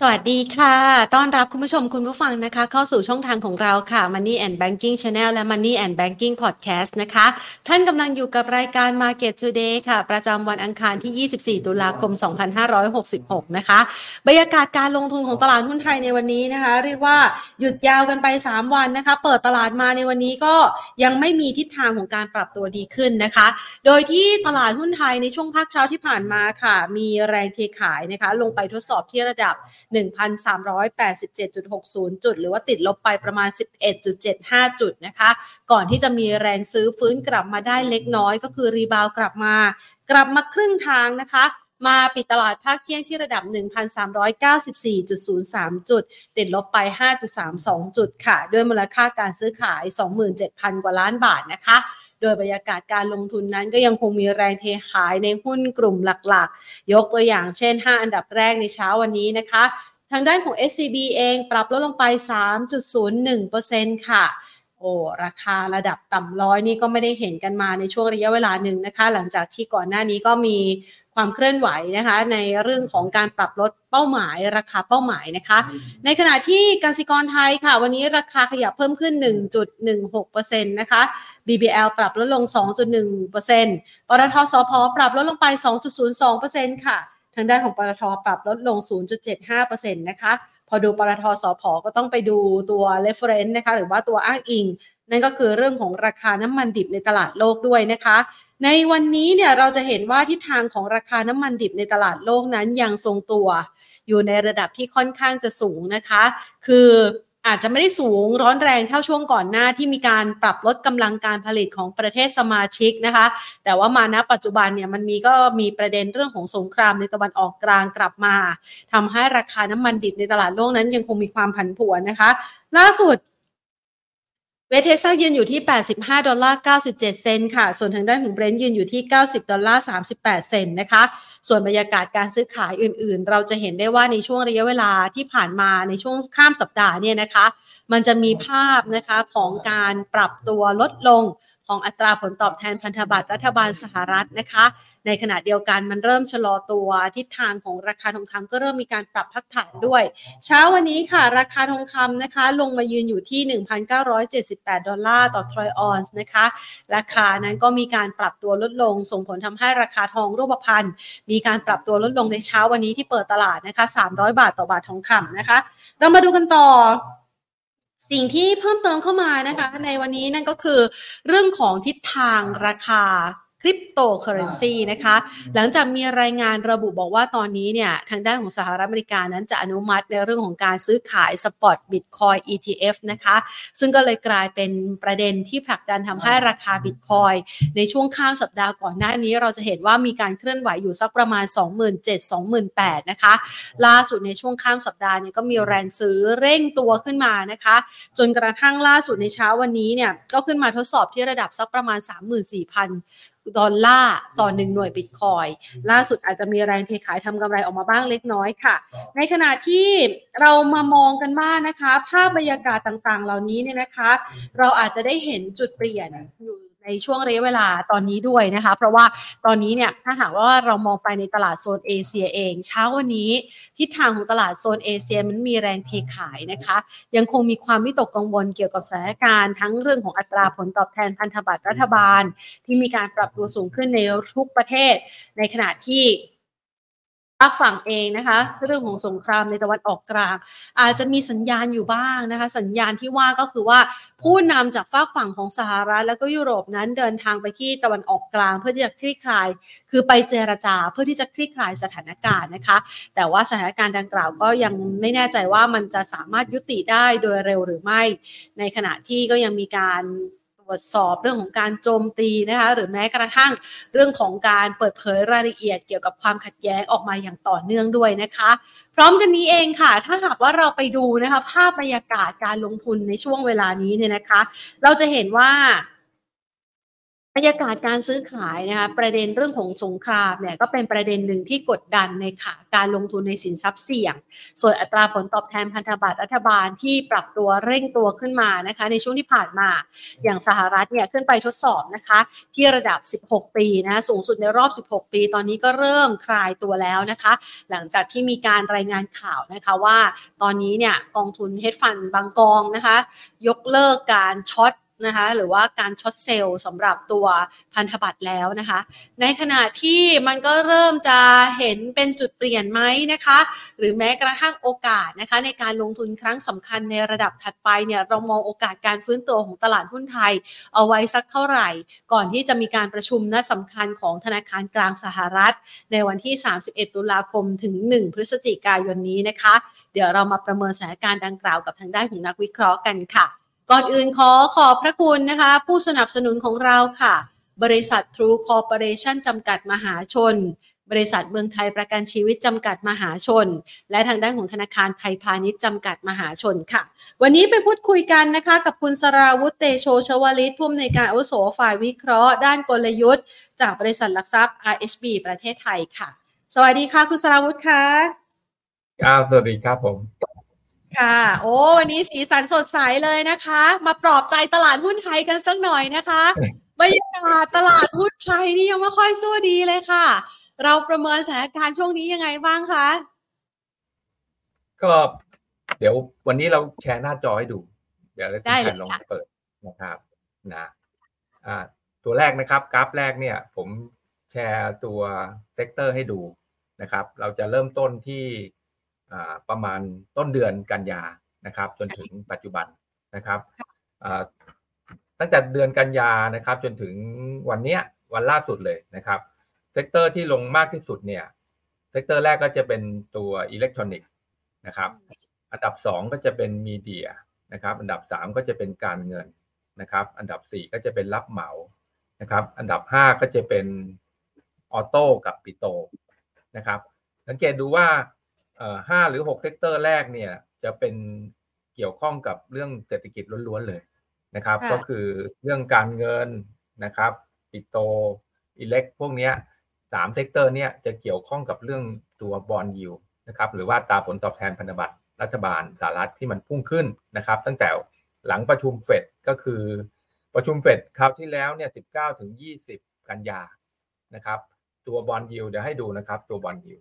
วัสดีค่ะต้อนรับคุณผู้ชมคุณผู้ฟังนะคะเข้าสู่ช่องทางของเราค่ะ Money and Banking Channel และ Money and Banking Podcast นะคะท่านกำลังอยู่กับรายการ Market Today ค่ะประจำวันอังคารที่ 24 ตุลาคม 2566 นะคะบรรยากาศการลงทุนของตลาดหุ้นไทยในวันนี้นะคะเรียกว่าหยุดยาวกันไป 3 วันนะคะเปิดตลาดมาในวันนี้ก็ยังไม่มีทิศทางของการปรับตัวดีขึ้นนะคะโดยที่ตลาดหุ้นไทยในช่วงภาคเช้าที่ผ่านมาค่ะมีแรงเทขายนะคะลงไปทดสอบที่ระดับ1,387.60 จุดหรือว่าติดลบไปประมาณ 11.75 จุดนะคะก่อนที่จะมีแรงซื้อฟื้นกลับมาได้เล็กน้อยก็คือรีบาวกลับมาครึ่งทางนะคะมาปิดตลาดภาคเที่ยงที่ระดับ 1,394.03 จุดติดลบไป 5.32 จุดค่ะด้วยมูลค่าการซื้อขาย 27,000 กว่าล้านบาทนะคะโดยบรรยากาศการลงทุนนั้นก็ยังคงมีแรงเทขายในหุ้นกลุ่มหลักๆยกตัวอย่างเช่น5อันดับแรกในเช้าวันนี้นะคะทางด้านของ SCB เองปรับลดลงไป 3.01% ค่ะโอ้ราคาระดับต่ำร้อยนี่ก็ไม่ได้เห็นกันมาในช่วงระยะเวลาหนึ่งนะคะหลังจากที่ก่อนหน้านี้ก็มีความเคลื่อนไหวนะคะในเรื่องของการปรับลดเป้าหมายราคาเป้าหมายนะคะในขณะที่กสิกรไทยค่ะวันนี้ราคาขยับเพิ่มขึ้น 1.16% นะคะ BBL ปรับลดลง 2.1% ปตท.สผ.ปรับลดลงไป 2.02% ค่ะทางด้านของปตท.ปรับลดลง 0.75% นะคะพอดูปตท.สผ.ก็ต้องไปดูตัว reference นะคะหรือว่าตัวอ้างอิงนั่นก็คือเรื่องของราคาน้ำมันดิบในตลาดโลกด้วยนะคะในวันนี้เนี่ยเราจะเห็นว่าทิศทางของราคาน้ำมันดิบในตลาดโลกนั้นยังทรงตัวอยู่ในระดับที่ค่อนข้างจะสูงนะคะคืออาจจะไม่ได้สูงร้อนแรงเท่าช่วงก่อนหน้าที่มีการปรับลดกำลังการผลิตของประเทศสมาชิกนะคะแต่ว่ามาณปัจจุบันเนี่ยมันก็มีประเด็นเรื่องของสงครามในตะวันออกกลางกลับมาทำให้ราคาน้ำมันดิบในตลาดโลกนั้นยังคงมีความผันผวนนะคะล่าสุดเวสเทสซัสยืนอยู่ที่$85.97ค่ะส่วนทางด้านของเบรนท์ยืนอยู่ที่$90.38นะคะส่วนบรรยากาศการซื้อขายอื่นๆเราจะเห็นได้ว่าในช่วงระยะเวลาที่ผ่านมาในช่วงข้ามสัปดาห์เนี่ยนะคะมันจะมีภาพนะคะของการปรับตัวลดลงของอัตราผลตอบแทนพันธบัตรรัฐบาลสหรัฐนะคะในขณะเดียวกันมันเริ่มชะลอตัวทิศทางของราคาทองคำก็เริ่มมีการปรับพักฐานด้วยเช้าวันนี้ค่ะราคาทองคำนะคะลงมายืนอยู่ที่$1,978ต่อทรอยออนซ์นะคะราคานั้นก็มีการปรับตัวลดลงส่งผลทำให้ราคาทองรูปพรรณมีการปรับตัวลดลงในเช้าวันนี้ที่เปิดตลาดนะคะ$300ต่อบาททองคำนะคะเรามาดูกันต่อสิ่งที่เพิ่มเติมเข้ามานะคะในวันนี้นั่นก็คือเรื่องของทิศทางราคาคริปโตเคอเรนซีนะคะหลังจากมีรายงานระบุบอกว่าตอนนี้เนี่ยทางด้านของสหรัฐอเมริกานั้นจะอนุมัติในเรื่องของการซื้อขายสปอตบิตคอย ETF นะคะซึ่งก็เลยกลายเป็นประเด็นที่ผลักดันทำให้ราคาบิตคอยในช่วงข้ามสัปดาห์ก่อนหน้านี้เราจะเห็นว่ามีการเคลื่อนไหวอยู่สักประมาณ 27,000-28,000 นะคะล่าสุดในช่วงข้ามสัปดาห์เนี่ยก็มีแรงซื้อเร่งตัวขึ้นมานะคะจนกระทั่งล่าสุดในเช้าวันนี้เนี่ยก็ขึ้นมาทดสอบที่ระดับสักประมาณ $34,000 ต่อ1หน่วยบิตคอยล่าสุดอาจจะมีแรงเทขายทำกำไรออกมาบ้างเล็กน้อยค่ะในขณะที่เรามามองกันบ้างนะคะภาพบรรยากาศต่างๆเหล่านี้เนี่ยนะคะเราอาจจะได้เห็นจุดเปลี่ยนอยู่ในช่วงระยะเวลาตอนนี้ด้วยนะคะเพราะว่าตอนนี้เนี่ยถ้าหากว่าเรามองไปในตลาดโซนเอเชียเองเช้าวันนี้ทิศทางของตลาดโซนเอเชียมันมีแรงเทขายนะคะยังคงมีความวิตกกังวลเกี่ยวกับสถานการณ์ทั้งเรื่องของอัตราผลตอบแทนพันธบัตรรัฐบาลที่มีการปรับตัวสูงขึ้นในทุกประเทศในขณะที่ภาคฝั่งเองนะคะเรื่องของสงครามในตะวันออกกลางอาจจะมีสัญญาณอยู่บ้างนะคะสัญญาณที่ว่าก็คือว่าผู้นำจากฝั่งของสหรัฐและก็ยุโรปนั้นเดินทางไปที่ตะวันออกกลางเพื่อที่จะคลี่คลายคือไปเจรจาเพื่อที่จะคลี่คลายสถานการณ์นะคะแต่ว่าสถานการณ์ดังกล่าวก็ยังไม่แน่ใจว่ามันจะสามารถยุติได้โดยเร็วหรือไม่ในขณะที่ก็ยังมีการตรวจสอบเรื่องของการโจมตีนะคะหรือแม้กระทั่งเรื่องของการเปิดเผยรายละเอียดเกี่ยวกับความขัดแย้งออกมาอย่างต่อเนื่องด้วยนะคะพร้อมกันนี้เองค่ะถ้าหากว่าเราไปดูนะคะภาพบรรยากาศการลงทุนในช่วงเวลานี้เนี่ยนะคะเราจะเห็นว่าบรรยากาศการซื้อขายนะคะประเด็นเรื่องของสงครามเนี่ยก็เป็นประเด็นหนึ่งที่กดดันในขาการลงทุนในสินทรัพย์เสี่ยงส่วนอัตราผลตอบแทนพันธบัตรรัฐบาลที่ปรับตัวเร่งตัวขึ้นมานะคะในช่วงที่ผ่านมาอย่างสหรัฐเนี่ยขึ้นไปทดสอบนะคะที่ระดับ16ปีนะสูงสุดในรอบ16ปีตอนนี้ก็เริ่มคลายตัวแล้วนะคะหลังจากที่มีการรายงานข่าวนะคะว่าตอนนี้เนี่ยกองทุนเฮดฟันบางกองนะคะยกเลิกการช็อตนะคะหรือว่าการช็อตเซลล์สำหรับตัวพันธบัตรแล้วนะคะในขณะที่มันก็เริ่มจะเห็นเป็นจุดเปลี่ยนไหมนะคะหรือแม้กระทั่งโอกาสนะคะในการลงทุนครั้งสำคัญในระดับถัดไปเนี่ยเรามองโอกาสการฟื้นตัวของตลาดหุ้นไทยเอาไว้สักเท่าไหร่ก่อนที่จะมีการประชุมนัดสำคัญของธนาคารกลางสหรัฐในวันที่31ตุลาคมถึง1พฤศจิกายนนี้นะคะเดี๋ยวเรามาประเมินสถานการณ์ดังกล่าวกับทางด้านของนักวิเคราะห์กันค่ะก่อนอื่นขอบพระคุณนะคะผู้สนับสนุนของเราค่ะบริษัท True Corporation จำกัดมหาชนบริษัทเมืองไทยประกันชีวิตจำกัดมหาชนและทางด้านของธนาคารไทยพาณิชย์จำกัดมหาชนค่ะวันนี้ไปพูดคุยกันนะคะกับคุณสราวุธเตโชชวลิตผู้อำนวยการอาวุโสฝ่ายวิเคราะห์ด้านกลยุทธ์จากบริษัทหลักทรัพย์ RHB ประเทศไทยค่ะสวัสดีค่ะคุณสราวุธค่ะสวัสดีครับผมค่ะโอ้วันนี้สีสันสดใสเลยนะคะมาปลอบใจตลาดหุ้นไทยกันสักหน่อยนะคะบรรยากาศตลาดหุ้นไทยนี่ยังไม่ค่อยสู้ดีเลยค่ะเราประเมินสถานการณ์ช่วงนี้ยังไงบ้างคะก็เดี๋ยววันนี้เราแชร์หน้าจอให้ดูเดี๋ยวคุณได้แทนลองเลยค่ะเปิดนะครับนะตัวแรกนะครับกราฟแรกเนี่ยผมแชร์ตัวเซกเตอร์ให้ดูนะครับเราจะเริ่มต้นที่ประมาณต้นเดือนกันยานะครับจนถึงปัจจุบันนะครับตั้งแต่เดือนกันยานะครับจนถึงวันเนี้ยวันล่าสุดเลยนะครับเซกเตอร์ที่ลงมากที่สุดเนี่ยเซกเตอร์แรกก็จะเป็นตัวอิเล็กทรอนิกส์นะครับอันดับ2ก็จะเป็นมีเดียนะครับอันดับ3ก็จะเป็นการเงินนะครับอันดับ4ก็จะเป็นรับเหมานะครับอันดับ5ก็จะเป็นออโต้กับปิโตนะครับสังเกตดูว่า5หรือ6เซกเตอร์แรกเนี่ยจะเป็นเกี่ยวข้องกับเรื่องเศรษฐกิจล้วนๆเลยนะครับก็คือเรื่องการเงินนะครับปิโตอิเล็กพวกนี้3เซกเตอร์เนี่ยจะเกี่ยวข้องกับเรื่องตัวบอนด์ยิลด์นะครับหรือว่าอัตราผลตอบแทนพันธบัตรรัฐบาลสหรัฐที่มันพุ่งขึ้นนะครับตั้งแต่หลังประชุมเฟดก็คือประชุมเฟดคราวที่แล้วเนี่ย19ถึง20กันยานะครับตัวบอนด์ยิลด์เดี๋ยวให้ดูนะครับตัวบอนด์ยิลด์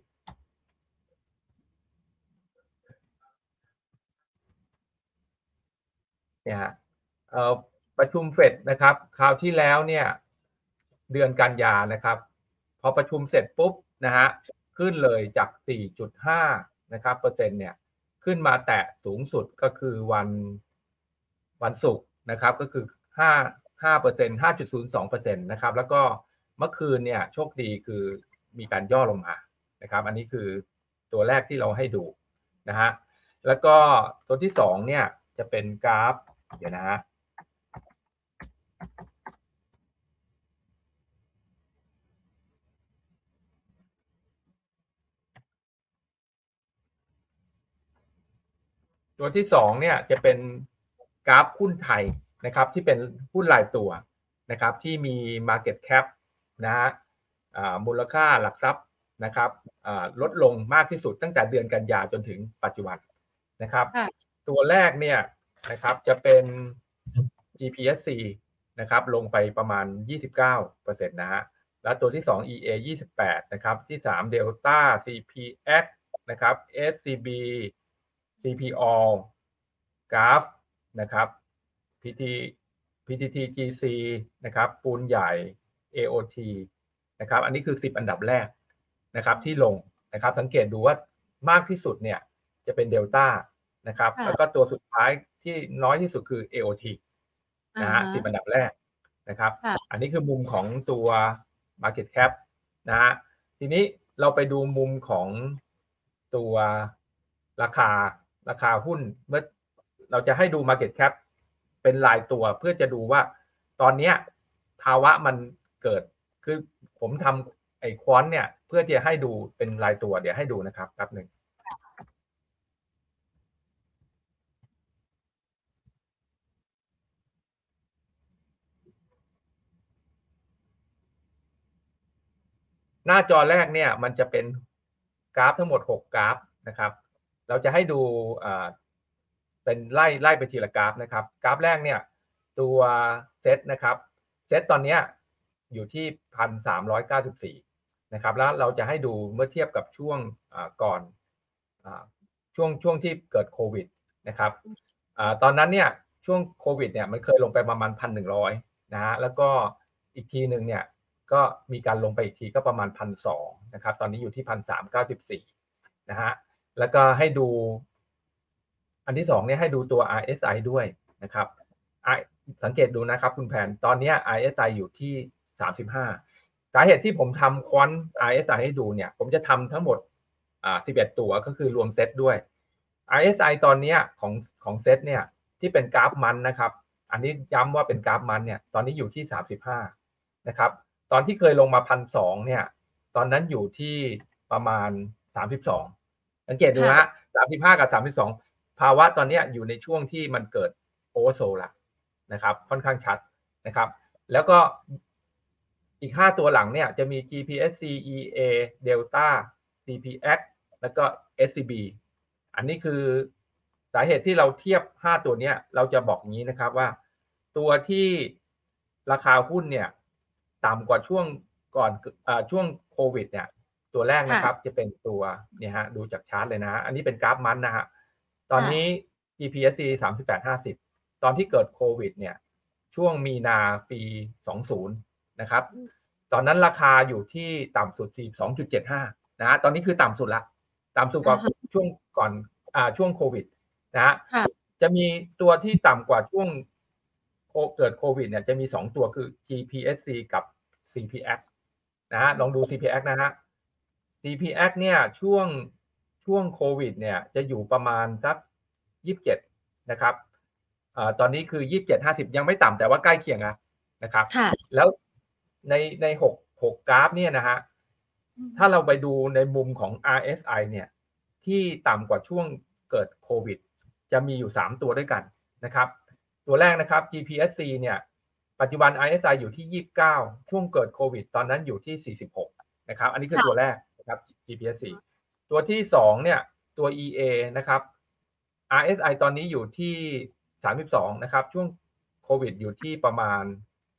เนี่ยฮะประชุมเฟดนะครับคราวที่แล้วเนี่ยเดือนกันยานะครับพอประชุมเสร็จปุ๊บนะฮะขึ้นเลยจาก 4.5 นะครับเปอร์เซ็นต์เนี่ยขึ้นมาแตะสูงสุดก็คือวันศุกร์นะครับก็คือ5% 5.02% นะครับแล้วก็เมื่อคืนเนี่ยโชคดีคือมีการย่อลงมานะครับอันนี้คือตัวแรกที่เราให้ดูนะฮะแล้วก็ตัวที่2เนี่ยจะเป็นกราฟเดี๋ยวนะฮะตัวที่2เนี่ยจะเป็นกราฟหุ้นไทยนะครับที่เป็นหุ้นรายตัวนะครับที่มี Market Cap นะฮะมูลค่าหลักทรัพย์นะครับลดลงมากที่สุดตั้งแต่เดือนกันยาจนถึงปัจจุบันนะครับตัวแรกเนี่ยนะครับจะเป็น GPSC นะครับลงไปประมาณ 29% นะฮะแล้วตัวที่2 EA 28นะครับที่3 Delta CPX นะครับ SCB CPO GRAF นะครับ PT PTTGC นะครับปูนใหญ่ AOT นะครับอันนี้คือ10อันดับแรกนะครับที่ลงนะครับสังเกตดูว่ามากที่สุดเนี่ยจะเป็น Delta นะครับแล้วก็ตัวสุดท้ายที่น้อยที่สุดคือ AOT นะฮะ10อันดับแรกนะครับอันนี้คือมุมของตัว Market Cap นะฮะทีนี้เราไปดูมุมของตัวราคาหุ้นเมื่อเราจะให้ดู Market Cap เป็นรายตัวเพื่อจะดูว่าตอนนี้ภาวะมันเกิดคือผมทำไอ้ควอนเนี่ยเพื่อจะให้ดูเป็นรายตัวเดี๋ยวให้ดูนะครับแป๊บหนึ่งหน้าจอแรกเนี่ยมันจะเป็นกราฟทั้งหมด6กราฟนะครับเราจะให้ดูเป็นไล่ไปทีละกราฟนะครับกราฟแรกเนี่ยตัวเซตนะครับเซตตอนนี้อยู่ที่ 1,394 นะครับแล้วเราจะให้ดูเมื่อเทียบกับช่วงก่อนช่วงที่เกิดโควิดนะครับตอนนั้นเนี่ยช่วงโควิดเนี่ยมันเคยลงไปประมาณ 1,100 นะฮะแล้วก็อีกทีหนึ่งเนี่ยก็มีการลงไปอีกทีก็ประมาณ 1,200 นะครับตอนนี้อยู่ที่ 1,394 นะฮะแล้วก็ให้ดูอันที่2เนี่ยให้ดูตัว RSI ด้วยนะครับสังเกตดูนะครับคุณแผนตอนนี้ RSI อยู่ที่35สาเหตุที่ผมทำควอน RSI ให้ดูเนี่ยผมจะทำทั้งหมด11ตัวก็คือรวมเซตด้วย RSI ตอนนี้ของเซตเนี่ยที่เป็นกราฟมันนะครับอันนี้ย้ำว่าเป็นกราฟมันเนี่ยตอนนี้อยู่ที่35นะครับตอนที่เคยลงมา 1,200 เนี่ยตอนนั้นอยู่ที่ประมาณ32สังเกตดูนะ35กับ32ภาวะตอนนี้อยู่ในช่วงที่มันเกิดโอเวอร์โซลละนะครับค่อนข้างชัดนะครับแล้วก็อีก5ตัวหลังเนี่ยจะมี GPSC EA Delta CPX แล้วก็ SCB อันนี้คือสาเหตุที่เราเทียบ5ตัวนี้เราจะบอกอย่างนี้นะครับว่าตัวที่ราคาหุ้นเนี่ยต่ำกว่าช่วงก่อนช่วงโควิดเนี่ยตัวแรกนะครับจะเป็นตัวเนี่ยฮะดูจากชาร์ตเลยนะฮะอันนี้เป็นกราฟมันนะฮะตอนนี้ GPSC 3850ตอนที่เกิดโควิดเนี่ยช่วงมีนาปี20นะครับตอนนั้นราคาอยู่ที่ต่ำสุด 42.75 นะฮะตอนนี้คือต่ำสุดละต่ำสุดกว่าช่วงก่อนช่วงโควิดนะฮะจะมีตัวที่ต่ำกว่าช่วงเกิดโควิดเนี่ยจะมี2ตัวคือ GPSC กับ CPX นะฮะลองดู CPX นะฮะ CPX เนี่ยช่วงโควิดเนี่ยจะอยู่ประมาณสัก27นะครับตอนนี้คือ27.50ยังไม่ต่ำแต่ว่าใกล้เคียงนะครับแล้วใน6กราฟเนี่ยนะฮะถ้าเราไปดูในมุมของ RSI เนี่ยที่ต่ำกว่าช่วงเกิดโควิดจะมีอยู่3ตัวด้วยกันนะครับตัวแรกนะครับ GPSC เนี่ยปัจจุบัน RSI อยู่ที่29ช่วงเกิดโควิดตอนนั้นอยู่ที่46นะครับอันนี้คือตัวแรกนะครับ GPSC ตัวที่2เนี่ยตัว EA นะครับ RSI ตอนนี้อยู่ที่32นะครับช่วงโควิดอยู่ที่ประมาณ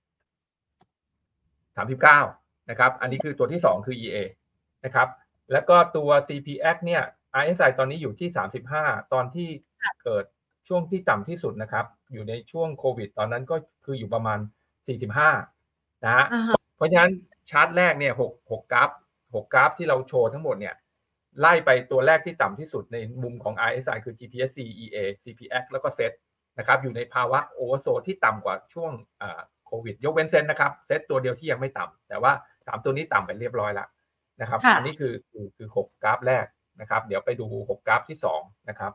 39นะครับอันนี้คือตัวที่2คือ EA นะครับแล้วก็ตัว CPX เนี่ย RSI ตอนนี้อยู่ที่35ตอนที่เกิดช่วงที่ต่ำที่สุดนะครับอยู่ในช่วงโควิดตอนนั้นก็คืออยู่ประมาณ45นะฮะเพราะฉะนั้นชาร์ตแรกเนี่ย6กราฟที่เราโชว์ทั้งหมดเนี่ยไล่ไปตัวแรกที่ต่ำที่สุดในมุมของ RSI คือ GPSC EA CPX แล้วก็เซตนะครับอยู่ในภาวะโอเวอร์โซลที่ต่ำกว่าช่วงโควิดยกเว้นเซตนะครับเซตตัวเดียวที่ยังไม่ต่ำแต่ว่า3ตัวนี้ต่ำไปเรียบร้อยแล้วนะครับอันนี้คือ6กราฟแรกนะครับเดี๋ยวไปดู6กราฟที่2นะครับ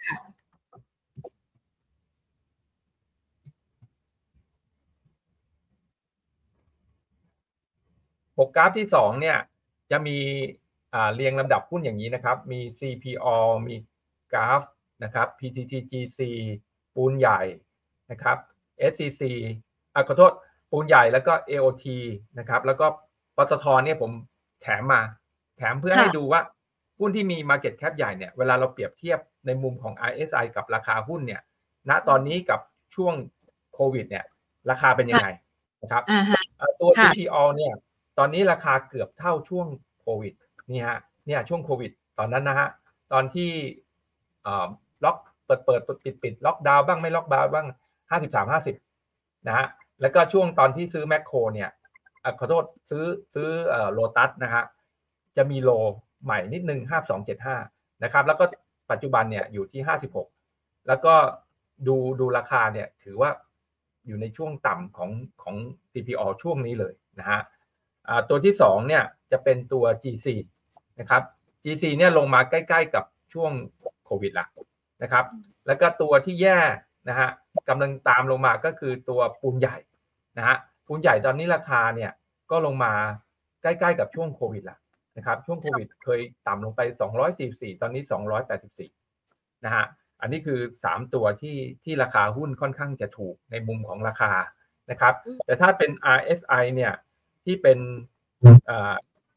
6กราฟที่2เนี่ยจะมีเรียงลำดับหุ้นอย่างนี้นะครับมี CPO มีกราฟนะครับ PTTGC ปูนใหญ่นะครับ SCC ขอโทษปูนใหญ่แล้วก็ AOT นะครับแล้วก็ปตทเนี่ยผมแถมเพื่อให้ดูว่าหุ้นที่มี Market Cap ใหญ่เนี่ยเวลาเราเปรียบเทียบในมุมของ RSI กับราคาหุ้นเนี่ยณตอนนี้กับช่วงโควิดเนี่ยราคาเป็นยังไงนะครับตัว CPO เนี่ยตอนนี้ราคาเกือบเท่าช่วงโควิดนี่ฮะเนี่ยช่วงโควิดตอนนั้นนะฮะตอนที่ล็อกเปิดปิดล็อกดาวน์บ้างไม่ล็อกดาวน์บ้าง53-50นะฮะแล้วก็ช่วงตอนที่ซื้อแมคโครเนี่ยขอโทษซื้อโลตัสนะฮะจะมีโลใหม่นิดนึง5275นะครับแล้วก็ปัจจุบันเนี่ยอยู่ที่56แล้วก็ดูราคาเนี่ยถือว่าอยู่ในช่วงต่ำของ CPO ช่วงนี้เลยนะฮะตัวที่2เนี่ยจะเป็นตัว GC นะครับ GC เนี่ยลงมาใกล้ๆกับช่วงโควิดละนะครับแล้วก็ตัวที่แย่นะฮะกำลังตามลงมาก็คือตัวปูนใหญ่นะฮะปูนใหญ่ตอนนี้ราคาเนี่ยก็ลงมาใกล้ๆกับช่วงโควิดละนะครับช่วงโควิดเคยต่ำลงไป244ตอนนี้284นะฮะอันนี้คือ3ตัวที่ราคาหุ้นค่อนข้างจะถูกในมุมของราคานะครับแต่ถ้าเป็น RSI เนี่ยที่เป็น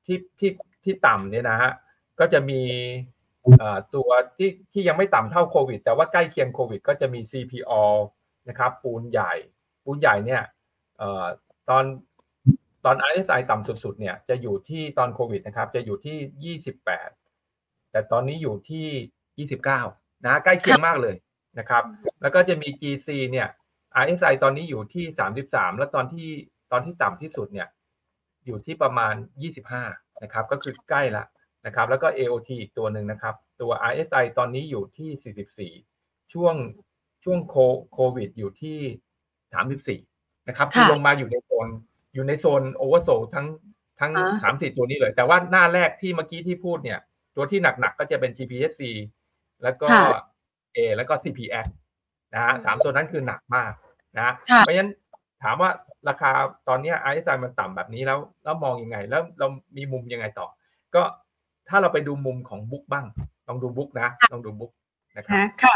ที่ต่ำเนี่ยนะฮะก็จะมีตัวที่ยังไม่ต่ำเท่าโควิดแต่ว่าใกล้เคียงโควิดก็จะมี CPO นะครับปูนใหญ่เนี่ยตอน RSI ต่ำสุดๆเนี่ยจะอยู่ที่ตอนโควิดนะครับจะอยู่ที่28แต่ตอนนี้อยู่ที่29นะใกล้เคียงมากเลยนะครับแล้วก็จะมี GC เนี่ย RSI ตอนนี้อยู่ที่33แล้วตอนที่ต่ำที่สุดเนี่ยอยู่ที่ประมาณ25นะครับก็คือใกล้ละนะครับแล้วก็ AOT อีกตัวหนึ่งนะครับตัว RSI ตอนนี้อยู่ที่44ช่วงโควิดอยู่ที่34นะครับคือลงมาอยู่ในโซนโอเวอร์โซลทั้ง3-4ตัวนี้เลยแต่ว่าหน้าแรกที่เมื่อกี้ที่พูดเนี่ยตัวที่หนักๆก็จะเป็น GPSC แล้วก็ A แล้วก็ CPX นะฮะ3ตัวนั้นคือหนักมากนะเพราะฉะนั้นถามว่าราคาตอนนี้ RSI มันต่ำแบบนี้แล้วมองยังไงแล้วเรามีมุมยังไงต่อก็ถ้าเราไปดูมุมของบุ๊กบ้างลองดูบุ๊กนะครับ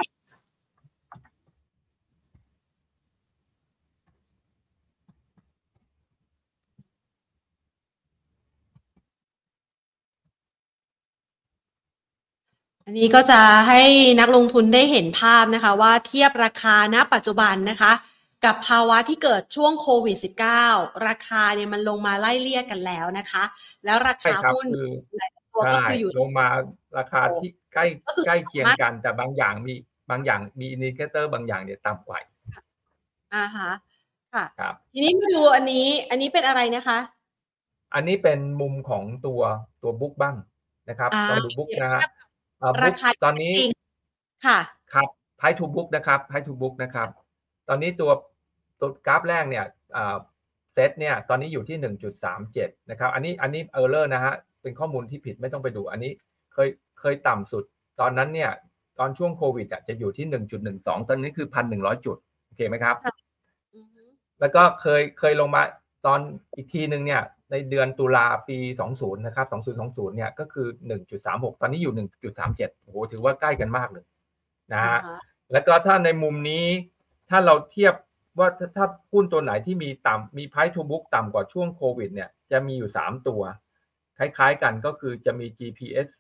อันนี้ก็จะให้นักลงทุนได้เห็นภาพนะคะว่าเทียบราคาณปัจจุบันนะคะกับภาวะที่เกิดช่วงโควิด -19 ราคาเนี่ยมันลงมาไล่เลี่ยกันแล้วนะคะแล้วราคาหุ้นหลายตัวก็คืออยู่ลงมาราคาที่ใกล้เคียงกันแต่บางอย่างมีอินดิเคเตอร์บางอย่างเนี่ยต่ำกว่าฮะค่ะทีนี้มาดูอันนี้เป็นอะไรนะคะอันนี้เป็นมุมของตัวบุ๊กบ้างนะครับลองดูบุ๊กนะฮะราคาตอนนี้ค่ะครับไพร์ทูบุ๊กนะครับตอนนี้ตัวกราฟแรกเนี่ยเซตเนี่ยตอนนี้อยู่ที่ 1.37 นะครับอันนี้เออร์เลอร์นะฮะเป็นข้อมูลที่ผิดไม่ต้องไปดูอันนี้เคยต่ำสุดตอนนั้นเนี่ยตอนช่วงโควิดจะอยู่ที่ 1.12 ตอนนี้คือ 1,100 จุดโอเคไหมครับแล้วก็เคยลงมาตอนอีกทีนึงเนี่ยในเดือนตุลาปี20นะครับ2020เนี่ยก็คือ 1.36 ตอนนี้อยู่ 1.37 โอ้โหถือว่าใกล้กันมากเลยนะฮะแล้วก็ถ้าในมุมนี้ถ้าเราเทียบว่าถ้าหุ้นตัวไหนที่มี price to book ต่ำกว่าช่วงโควิดเนี่ยจะมีอยู่3ตัวคล้ายๆกันก็คือจะมี GPSC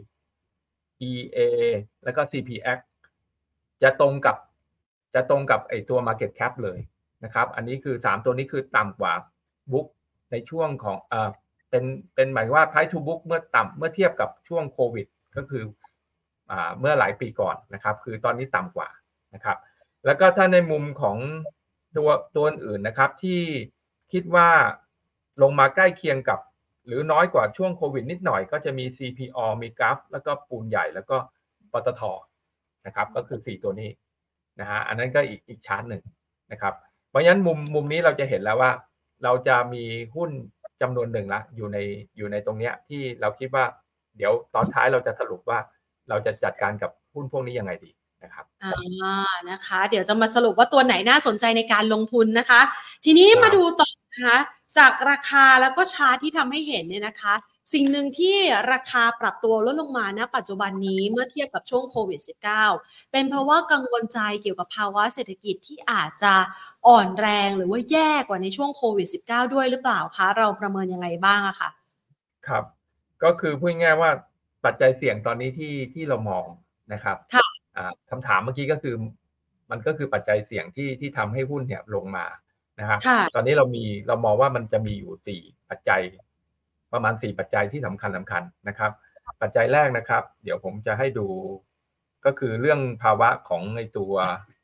EA แล้วก็ CPX จะตรงกับไอ้ตัว market cap เลยนะครับอันนี้คือ3ตัวนี้คือต่ำกว่าบุ๊กในช่วงของเป็นหมายว่า price to book เมื่อเทียบกับช่วงโควิดก็คือเมื่อหลายปีก่อนนะครับคือตอนนี้ต่ำกว่านะครับแล้วก็ถ้าในมุมของตัวอื่นนะครับที่คิดว่าลงมาใกล้เคียงกับหรือน้อยกว่าช่วงโควิดนิดหน่อยก็จะมี CPO มีกราฟแล้วก็ปูนใหญ่แล้วก็ปตท.นะครับก็คือ4ตัวนี้นะฮะอันนั้นก็อีกชาร์ตหนึ่งนะครับเพราะฉะนั้นมุมนี้เราจะเห็นแล้วว่าเราจะมีหุ้นจำนวนหนึ่งละอยู่ในตรงนี้ที่เราคิดว่าเดี๋ยวตอนท้ายเราจะสรุปว่าเราจะจัดการกับหุ้นพวกนี้ยังไงดีนะครับนะคะเดี๋ยวจะมาสรุปว่าตัวไหนน่าสนใจในการลงทุนนะคะทีนี้มาดูต่อนะคะจากราคาแล้วก็ชาร์ตที่ทำให้เห็นเนี่ยนะคะสิ่งหนึ่งที่ราคาปรับตัวลดลงมาณปัจจุบันนี้เมื่อเทียบกับช่วงโควิด -19 เป็นเพราะว่ากังวลใจเกี่ยวกับภาวะเศรษฐกิจที่อาจจะอ่อนแรงหรือว่าแย่กว่าในช่วงโควิด -19 ด้วยหรือเปล่าคะเราประเมินยังไงบ้างอะคะครับก็คือพูดง่ายๆว่าปัจจัยเสี่ยงตอนนี้ที่เรามองนะครับคำถามเมื่อกี้ก็คือมันก็คือปัจจัยเสี่ยงที่ทำให้หุ้นเนี่ยลงมานะครับตอนนี้เรามองว่ามันจะมีอยู่4ปัจจัยประมาณ4ปัจจัยที่สำคัญนะครับปัจจัยแรกนะครับเดี๋ยวผมจะให้ดูก็คือเรื่องภาวะของในตัว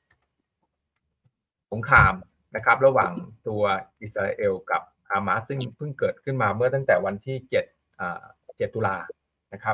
สงครามนะครับระหว่างตัวอิสราเอลกับฮามาสซึ่งเพิ่งเกิดขึ้นมาเมื่อตั้งแต่วันที่7ตุลานะครับ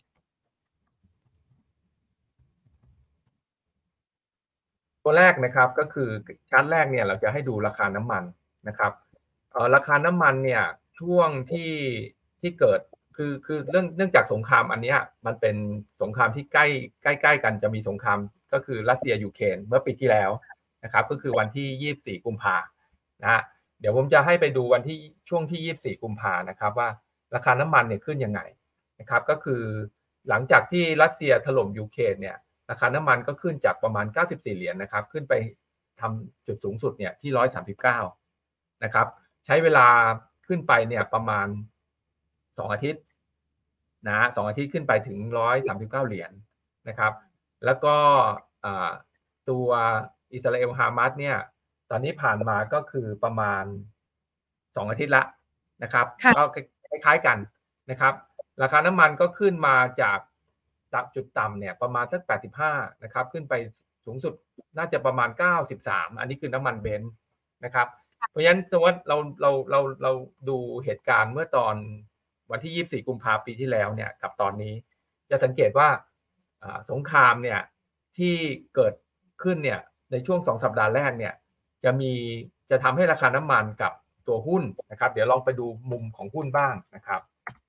ตัวแรกนะครับก็คือชาร์ตแรกเนี่ยเราจะให้ดูราคาน้ำมันนะครับราคาน้ำมันเนี่ยช่วงที่เกิดคือเนื่องจากสงครามอันนี้มันเป็นสงครามที่ใกล้กันจะมีสงครามก็คือรัสเซียยูเครนเมื่อปีที่แล้วนะครับก็คือวันที่24กุมภานะฮะเดี๋ยวผมจะให้ไปดูวันที่ช่วงที่24กุมภานะครับว่าราคาน้ำมันเนี่ยขึ้นยังไงนะครับก็คือหลังจากที่รัสเซียถล่มยูเครนเนี่ยราคาน้ำมันก็ขึ้นจากประมาณ94เหรียญนะครับขึ้นไปทำจุดสูงสุดเนี่ยที่139นะครับใช้เวลาขึ้นไปเนี่ยประมาณ 2 อาทิตย์นะ2 อาทิตย์ขึ้นไปถึง139เหรียญนะครับแล้วก็ตัวอิสราเอลฮามาสเนี่ยตอนนี้ผ่านมาก็คือประมาณ2 อาทิตย์ละนะครับก็คล้ายๆกันนะครับราคาน้ำมันก็ขึ้นมาจากจุดต่ำเนี่ยประมาณสัก85นะครับขึ้นไปสูงสุดน่าจะประมาณ93อันนี้คือน้ำมันเบนซ์นะครับเพราะฉะนั้นสมมติเราดูเหตุการณ์เมื่อตอนวันที่24กุมภาพันธ์ปีที่แล้วเนี่ยกับตอนนี้จะสังเกตว่าสงครามเนี่ยที่เกิดขึ้นเนี่ยในช่วง2 สัปดาห์แรกเนี่ยจะทำให้ราคาน้ำมันกับตัวหุ้นนะครับเดี๋ยวลองไปดูมุมของหุ้นบ้างนะครับ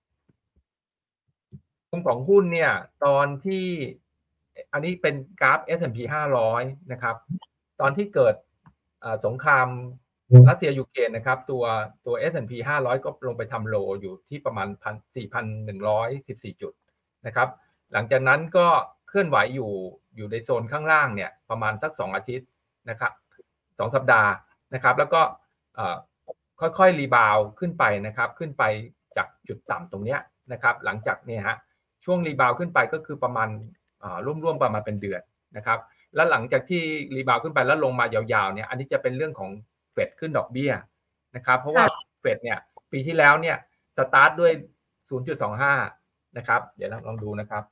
มุมของหุ้นเนี่ยตอนที่อันนี้เป็นกราฟ S&P 500นะครับตอนที่เกิดสงครามรัสเซียยูเครนนะครับตัว S&P 500ก็ลงไปทำโลอยู่ที่ประมาณ 4,114 จุดนะครับหลังจากนั้นก็เคลื่อนไหวอยู่ในโซนข้างล่างเนี่ยประมาณสัก2 อาทิตย์นะครับ2 สัปดาห์นะครับแล้วก็ค่อยๆรีบาวขึ้นไปนะครับขึ้นไปจากจุดต่ำตรงนี้นะครับหลังจากเนี่ยฮะช่วงรีบาวขึ้นไปก็คือประมาณร่วมประมาณเป็นเดือนนะครับแล้วหลังจากที่รีบาวขึ้นไปแล้วลงมายาวๆเนี่ยอันนี้จะเป็นเรื่องของเฟดขึ้นดอกเบี้ยนะครับเพราะว่าเฟดเนี่ยปีที่แล้วเนี่ยสตาร์ทด้วย 0.25 นะครับเดี๋ยวลองดูนะครับ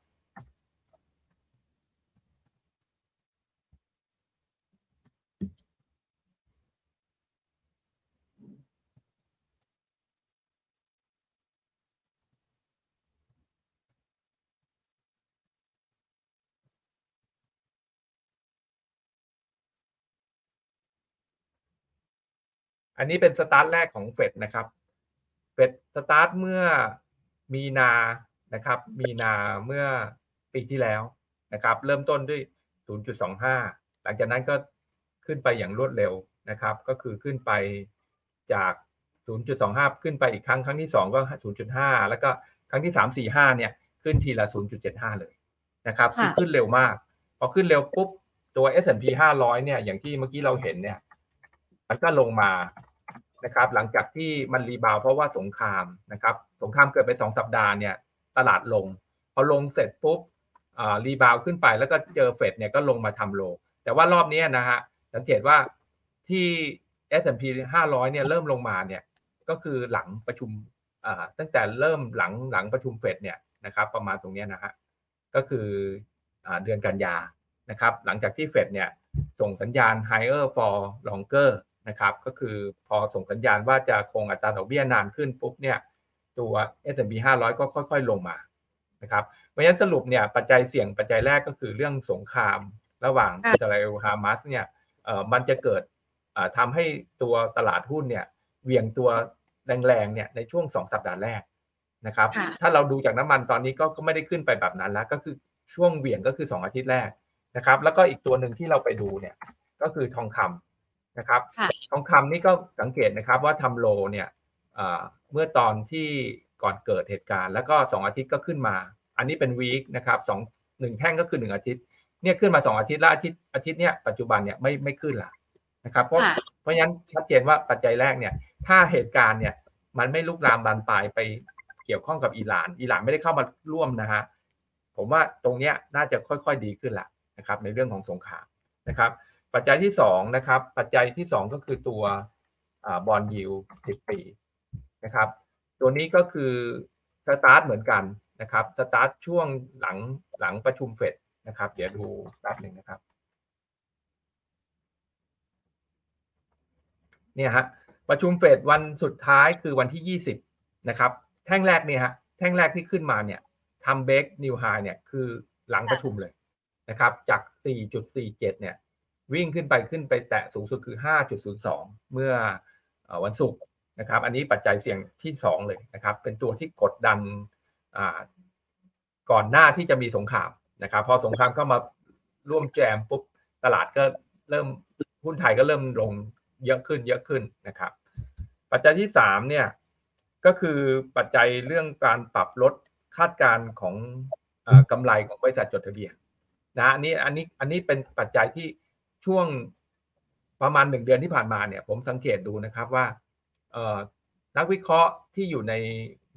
อันนี้เป็นสตาร์ทแรกของเฟดนะครับเฟดสตาร์ทเมื่อมีนานะครับมีนาเมื่อปีที่แล้วนะครับเริ่มต้นด้วย 0.25 หลังจากนั้นก็ขึ้นไปอย่างรวดเร็วนะครับก็คือขึ้นไปจาก 0.25 ขึ้นไปอีกครั้งที่2ก็ 0.5 แล้วก็ครั้งที่3 4 5เนี่ยขึ้นทีละ 0.75 เลยนะครับคือขึ้นเร็วมากพอขึ้นเร็วปุ๊บตัว S&P 500เนี่ยอย่างที่เมื่อกี้เราเห็นเนี่ยมันก็ลงมานะครับหลังจากที่มันรีบาวเพราะว่าสงครามนะครับสงครามเกิดไป2 สัปดาห์เนี่ยตลาดลงพอลงเสร็จปุ๊บรีบาวขึ้นไปแล้วก็เจอเฟดเนี่ยก็ลงมาทำโลแต่ว่ารอบนี้นะฮะสังเกตว่าที่ S&P 500เนี่ยเริ่มลงมาเนี่ยก็คือหลังประชุมตั้งแต่เริ่มหลังประชุมเฟดเนี่ยนะครับประมาณตรงนี้นะฮะก็คือเดือนกันยานะครับหลังจากที่เฟดเนี่ยส่งสัญญาณ higher for longer นะครับก็คือพอส่งสัญญาณว่าจะคงอัตราดอกเบี้ยนานขึ้นปุ๊บเนี่ยตัว S&P 500ก็ค่อยๆลงมานะครับเพราะฉะนั้นสรุปเนี่ยปัจจัยเสี่ยงปัจจัยแรกก็คือเรื่องสงครามระหว่างอิสราเอลฮามาสเนี่ยมันจะเกิดทำให้ตัวตลาดหุ้นเนี่ยเหวี่ยงตัวแรงๆเนี่ยในช่วง2 สัปดาห์แรกนะครับถ้าเราดูจากน้ำมันตอนนี้ก็ไม่ได้ขึ้นไปแบบนั้นแล้วก็คือช่วงเหวี่ยงก็คือ2 อาทิตย์แรกนะครับแล้วก็อีกตัวหนึ่งที่เราไปดูเนี่ยก็คือทองคำนะครับทองคำนี่ก็สังเกตนะครับว่าทำโลเนี่ยเมื่อตอนที่ก่อนเกิดเหตุการณ์แล้วก็2 อาทิตย์ก็ขึ้นมาอันนี้เป็นวีคนะครับ1 แท่งก็คือ1 อาทิตย์เนี่ยขึ้นมา2 อาทิตย์แล้วอาทิตย์เนี่ยปัจจุบันเนี่ยไม่ขึ้นละนะครับเพราะฉะนั้นชัดเจนว่าปัจจัยแรกเนี่ยถ้าเหตุการณ์เนี่ยมันไม่ลุกลามบานปลายไปเกี่ยวข้องกับอิหร่านไม่ได้เข้ามาร่วมนะฮะผมว่าตรงนี้น่าจะค่อยๆดีขึ้นละนะครับในเรื่องของสงครามนะครับปัจจัยที่2นะครับปัจจัยที่2ก็คือตัวบอนด์ยิลด์10 ปีนะครับตัวนี้ก็คือสตาร์ทเหมือนกันนะครับสตาร์ทช่วงหลังประชุมเฟดนะครับเดี๋ยวดูแป๊บหนึ่งนะครับเนี่ยฮะประชุมเฟดวันสุดท้ายคือวันที่20นะครับแท่งแรกเนี่ยฮะแท่งแรกที่ขึ้นมาเนี่ยทำเบรกนิวไฮเนี่ยคือหลังประชุมเลยนะครับจาก 4.47 เนี่ยวิ่งขึ้นไปแตะสูงสุดคือ 5.02 เมื่อวันศุกร์นะครับอันนี้ปัจจัยเสี่ยงที่2เลยนะครับเป็นตัวที่กดดันก่อนหน้าที่จะมีสงครามนะครับพอสงครามเข้ามาร่วมแจมปุ๊บตลาดก็เริ่มหุ้นไทยก็เริ่มลงเยอะขึ้นนะครับปัจจัยที่3เนี่ยก็คือปัจจัยเรื่องการปรับลดคาดการณ์ของกำไรของบริษัทจดทะเบียนนะอันนี้เป็นปัจจัยที่ช่วงประมาณ1 เดือนที่ผ่านมาเนี่ยผมสังเกตดูนะครับว่านักวิเคราะห์ที่อยู่ใน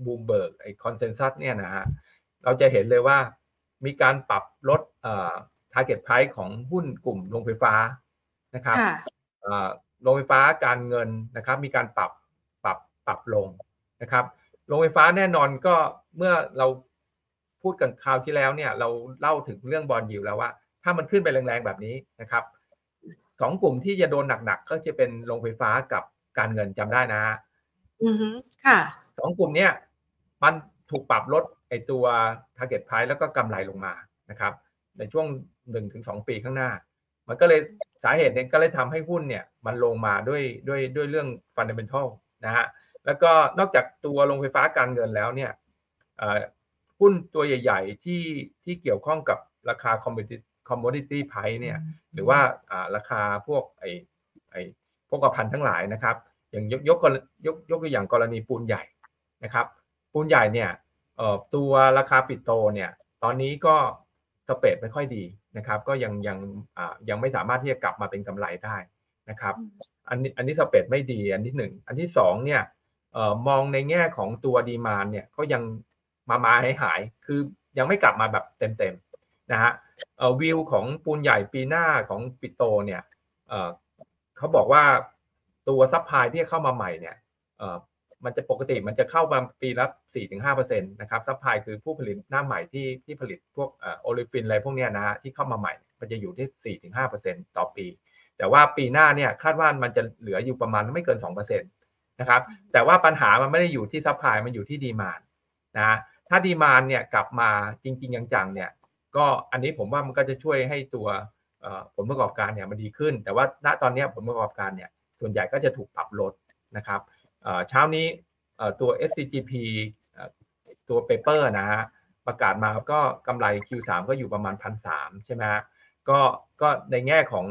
บูมเบิร์กไอ้คอนเซนแซสเนี่ยนะฮะเราจะเห็นเลยว่ามีการปรับลดtarget price ของหุ้นกลุ่มโรงไฟฟ้านะครับโรงไฟฟ้าการเงินนะครับมีการปรับลงนะครับโรงไฟฟ้าแน่นอนก็เมื่อเราพูดกันคราวที่แล้วเนี่ยเราเล่าถึงเรื่องบอนด์ยิลด์แล้วว่าถ้ามันขึ้นไปแรงๆแบบนี้นะครับสองกลุ่มที่จะโดนหนักๆก็จะเป็นโรงไฟฟ้ากับการเงินจำได้นะค่ะสองกลุ่มเนี้ยมันถูกปรับลดไอตัว target price แล้วก็กำไรลงมานะครับในช่วง 1-2 ปีข้างหน้ามันก็เลยสาเหตุเนี่ยก็เลยทำให้หุ้นเนี่ยมันลงมาด้วยเรื่อง fundamental นะฮะแล้วก็นอกจากตัวโรงไฟฟ้าการเงินแล้วเนี่ยหุ้นตัวใหญ่ๆที่เกี่ยวข้องกับราคา commodity price เนี่ยหรือว่าราคาพวกพวกภัณฑ์ทั้งหลายนะครับอย่างยกตัวอย่างกรณีปูนใหญ่นะครับปูนใหญ่เนี่ยตัวราคาปิโตรเนี่ยตอนนี้ก็สเปรดไม่ค่อยดีนะครับก็ยังไม่สามารถที่จะกลับมาเป็นกำไรได้นะครับอันนี้สเปรดไม่ดีอันที่1อันที่2เนี่ยมองในแง่ของตัวดีมานด์เนี่ยก็ยังมาหายคือยังไม่กลับมาแบบเต็มๆนะฮะวิวของปูนใหญ่ปีหน้าของปิโตรเนี่ยเขาบอกว่าตัวซัพพลายที่เข้ามาใหม่เนี่ยมันจะปกติมันจะเข้ามาปีละ 4-5% นะครับซัพพลายคือผู้ผลิตหน้าใหม่ที่ผลิตพวกโอลิฟินอะไรพวกนี้นะฮะที่เข้ามาใหม่มันจะอยู่ที่ 4-5% ต่อปีแต่ว่าปีหน้าเนี่ยคาดว่ามันจะเหลืออยู่ประมาณไม่เกิน 2% นะครับแต่ว่าปัญหามันไม่ได้อยู่ที่ซัพพลายมันอยู่ที่ดีมานด์นะถ้าดีมานด์เนี่ยกลับมาจริงๆจังๆเนี่ยก็อันนี้ผมว่ามันก็จะช่วยให้ตัวผลประกอบการเนี่ยมันดีขึ้นแต่ว่าณตอนนี้ผลประกอบการเนี่ยส่วนใหญ่ก็จะถูกปรับลดนะครับเช้านี้ตัว SCGP ตัวเปเปอร์นะฮะประกาศมาก็กำไร Q3 ก็อยู่ประมาณ 1,300 ใช่ไหมฮะก็ในแง่ของ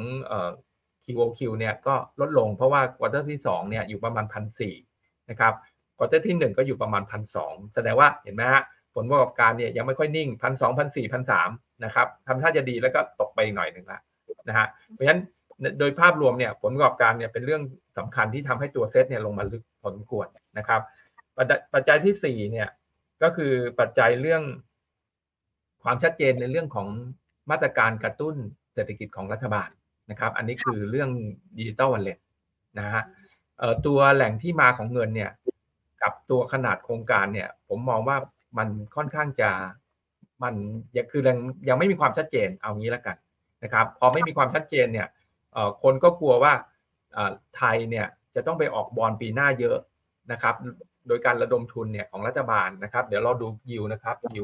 QOQ เนี่ยก็ลดลงเพราะว่าควอเตอร์ที่2เนี่ยอยู่ประมาณ 1,400 นะครับควอเตอร์ที่1ก็อยู่ประมาณ 1,200 แสดงว่าเห็นไหมฮะผลประกอบการเนี่ยยังไม่ค่อยนิ่ง 1,200 1,400 1,300 นะครับทำท่าจะดีแล้วก็ตกไปหน่อยนึงละนะฮะเพราะฉะนั้นโดยภาพรวมเนี่ยผลประกอบการเนี่ยเป็นเรื่องสำคัญที่ทำให้ตัวเซ็ตเนี่ยลงมาลึกพอสมควรนะครับปัจจัยที่4เนี่ยก็คือปัจจัยเรื่องความชัดเจนในเรื่องของมาตรการกระตุ้นเศรษฐกิจของรัฐบาลนะครับอันนี้คือเรื่องดิจิตอลวอลเล็ตนะฮะตัวแหล่งที่มาของเงินเนี่ยกับตัวขนาดโครงการเนี่ยผมมองว่ามันค่อนข้างจะมันคือยังไม่มีความชัดเจนเอางี้แล้วกันนะครับพอไม่มีความชัดเจนเนี่ยคนก็กลัวว่าไทยเนี่ยจะต้องไปออกบอนด์ปีหน้าเยอะนะครับโดยการระดมทุนเนี่ยของรัฐบาลนะครับเดี๋ยวเราดูยิวนะครับยิว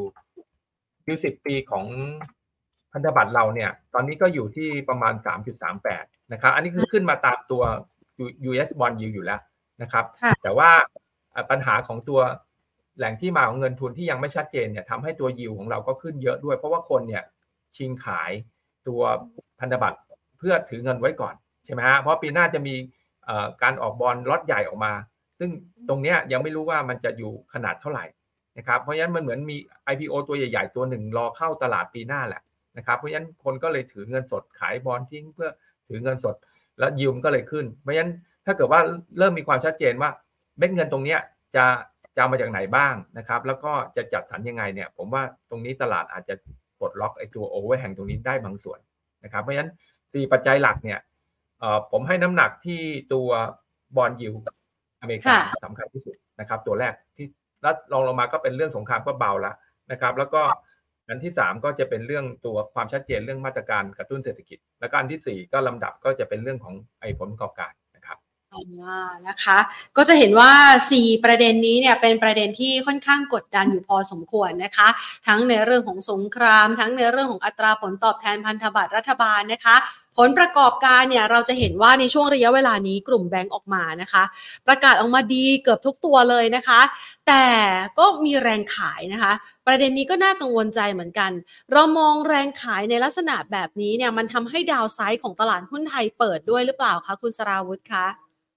10 ปีของพันธบัตรเราเนี่ยตอนนี้ก็อยู่ที่ประมาณ 3.38 นะครับอันนี้คือขึ้นมาตามตัว US bond yield อยู่แล้วนะครับแต่ว่าปัญหาของตัวแหล่งที่มาของเงินทุนที่ยังไม่ชัดเจนเนี่ยทำให้ตัวยิวของเราก็ขึ้นเยอะด้วยเพราะว่าคนเนี่ยชิงขายตัวพันธบัตรเพื่อถือเงินไว้ก่อนใช่ไหมฮะเพราะปีหน้าจะมีการออกบอนด์ล็อตใหญ่ออกมาซึ่งตรงนี้ยังไม่รู้ว่ามันจะอยู่ขนาดเท่าไหร่นะครับเพราะฉะนั้นมันเหมือนมี IPO ตัวใหญ่ๆตัวหนึ่งรอเข้าตลาดปีหน้าแหละนะครับเพราะฉะนั้นคนก็เลยถือเงินสดขายบอนด์ทิ้งเพื่อถือเงินสดแล้วยิวก็เลยขึ้นเพราะฉะนั้นถ้าเกิดว่าเริ่มมีความชัดเจนว่าเม็ดเงินตรงนี้จะเอามาจากไหนบ้างนะครับแล้วก็จะจัดสรรยังไงเนี่ยผมว่าตรงนี้ตลาดอาจจะปลดล็อกไอ้ตัวโอเวอร์แฮงตรงนี้ได้บางส่วนนะครับเพราะฉะนั้น4ปัจจัยหลักเนี่ยผมให้น้ำหนักที่ตัวบอนด์ยิวอเมริกาสำคัญที่สุดนะครับตัวแรกที่แล้วลองลงมาก็เป็นเรื่องสงครามก็เบาแล้วนะครับแล้วก็อันที่3ก็จะเป็นเรื่องตัวความชัดเจนเรื่องมาตรการกระตุ้นเศรษฐกิจแล้วก็อันที่4ก็ลำดับก็จะเป็นเรื่องของผลประกอบการนะครับนะคะก็จะเห็นว่า4ประเด็นนี้เนี่ยเป็นประเด็นที่ค่อนข้างกดดันอยู่พอสมควรนะคะทั้งในเรื่องของสงครามทั้งในเรื่องของอัตราผลตอบแทนพันธบัตรรัฐบาลนะคะผลประกอบการเนี่ยเราจะเห็นว่าในช่วงระยะเวลานี้กลุ่มแบงก์ออกมานะคะประกาศออกมาดีเกือบทุกตัวเลยนะคะแต่ก็มีแรงขายนะคะประเด็นนี้ก็น่ากังวลใจเหมือนกันเรามองแรงขายในลักษณะแบบนี้เนี่ยมันทำให้ดาวไซด์ของตลาดหุ้นไทยเปิดด้วยหรือเปล่าคะคุณสราวุธคะ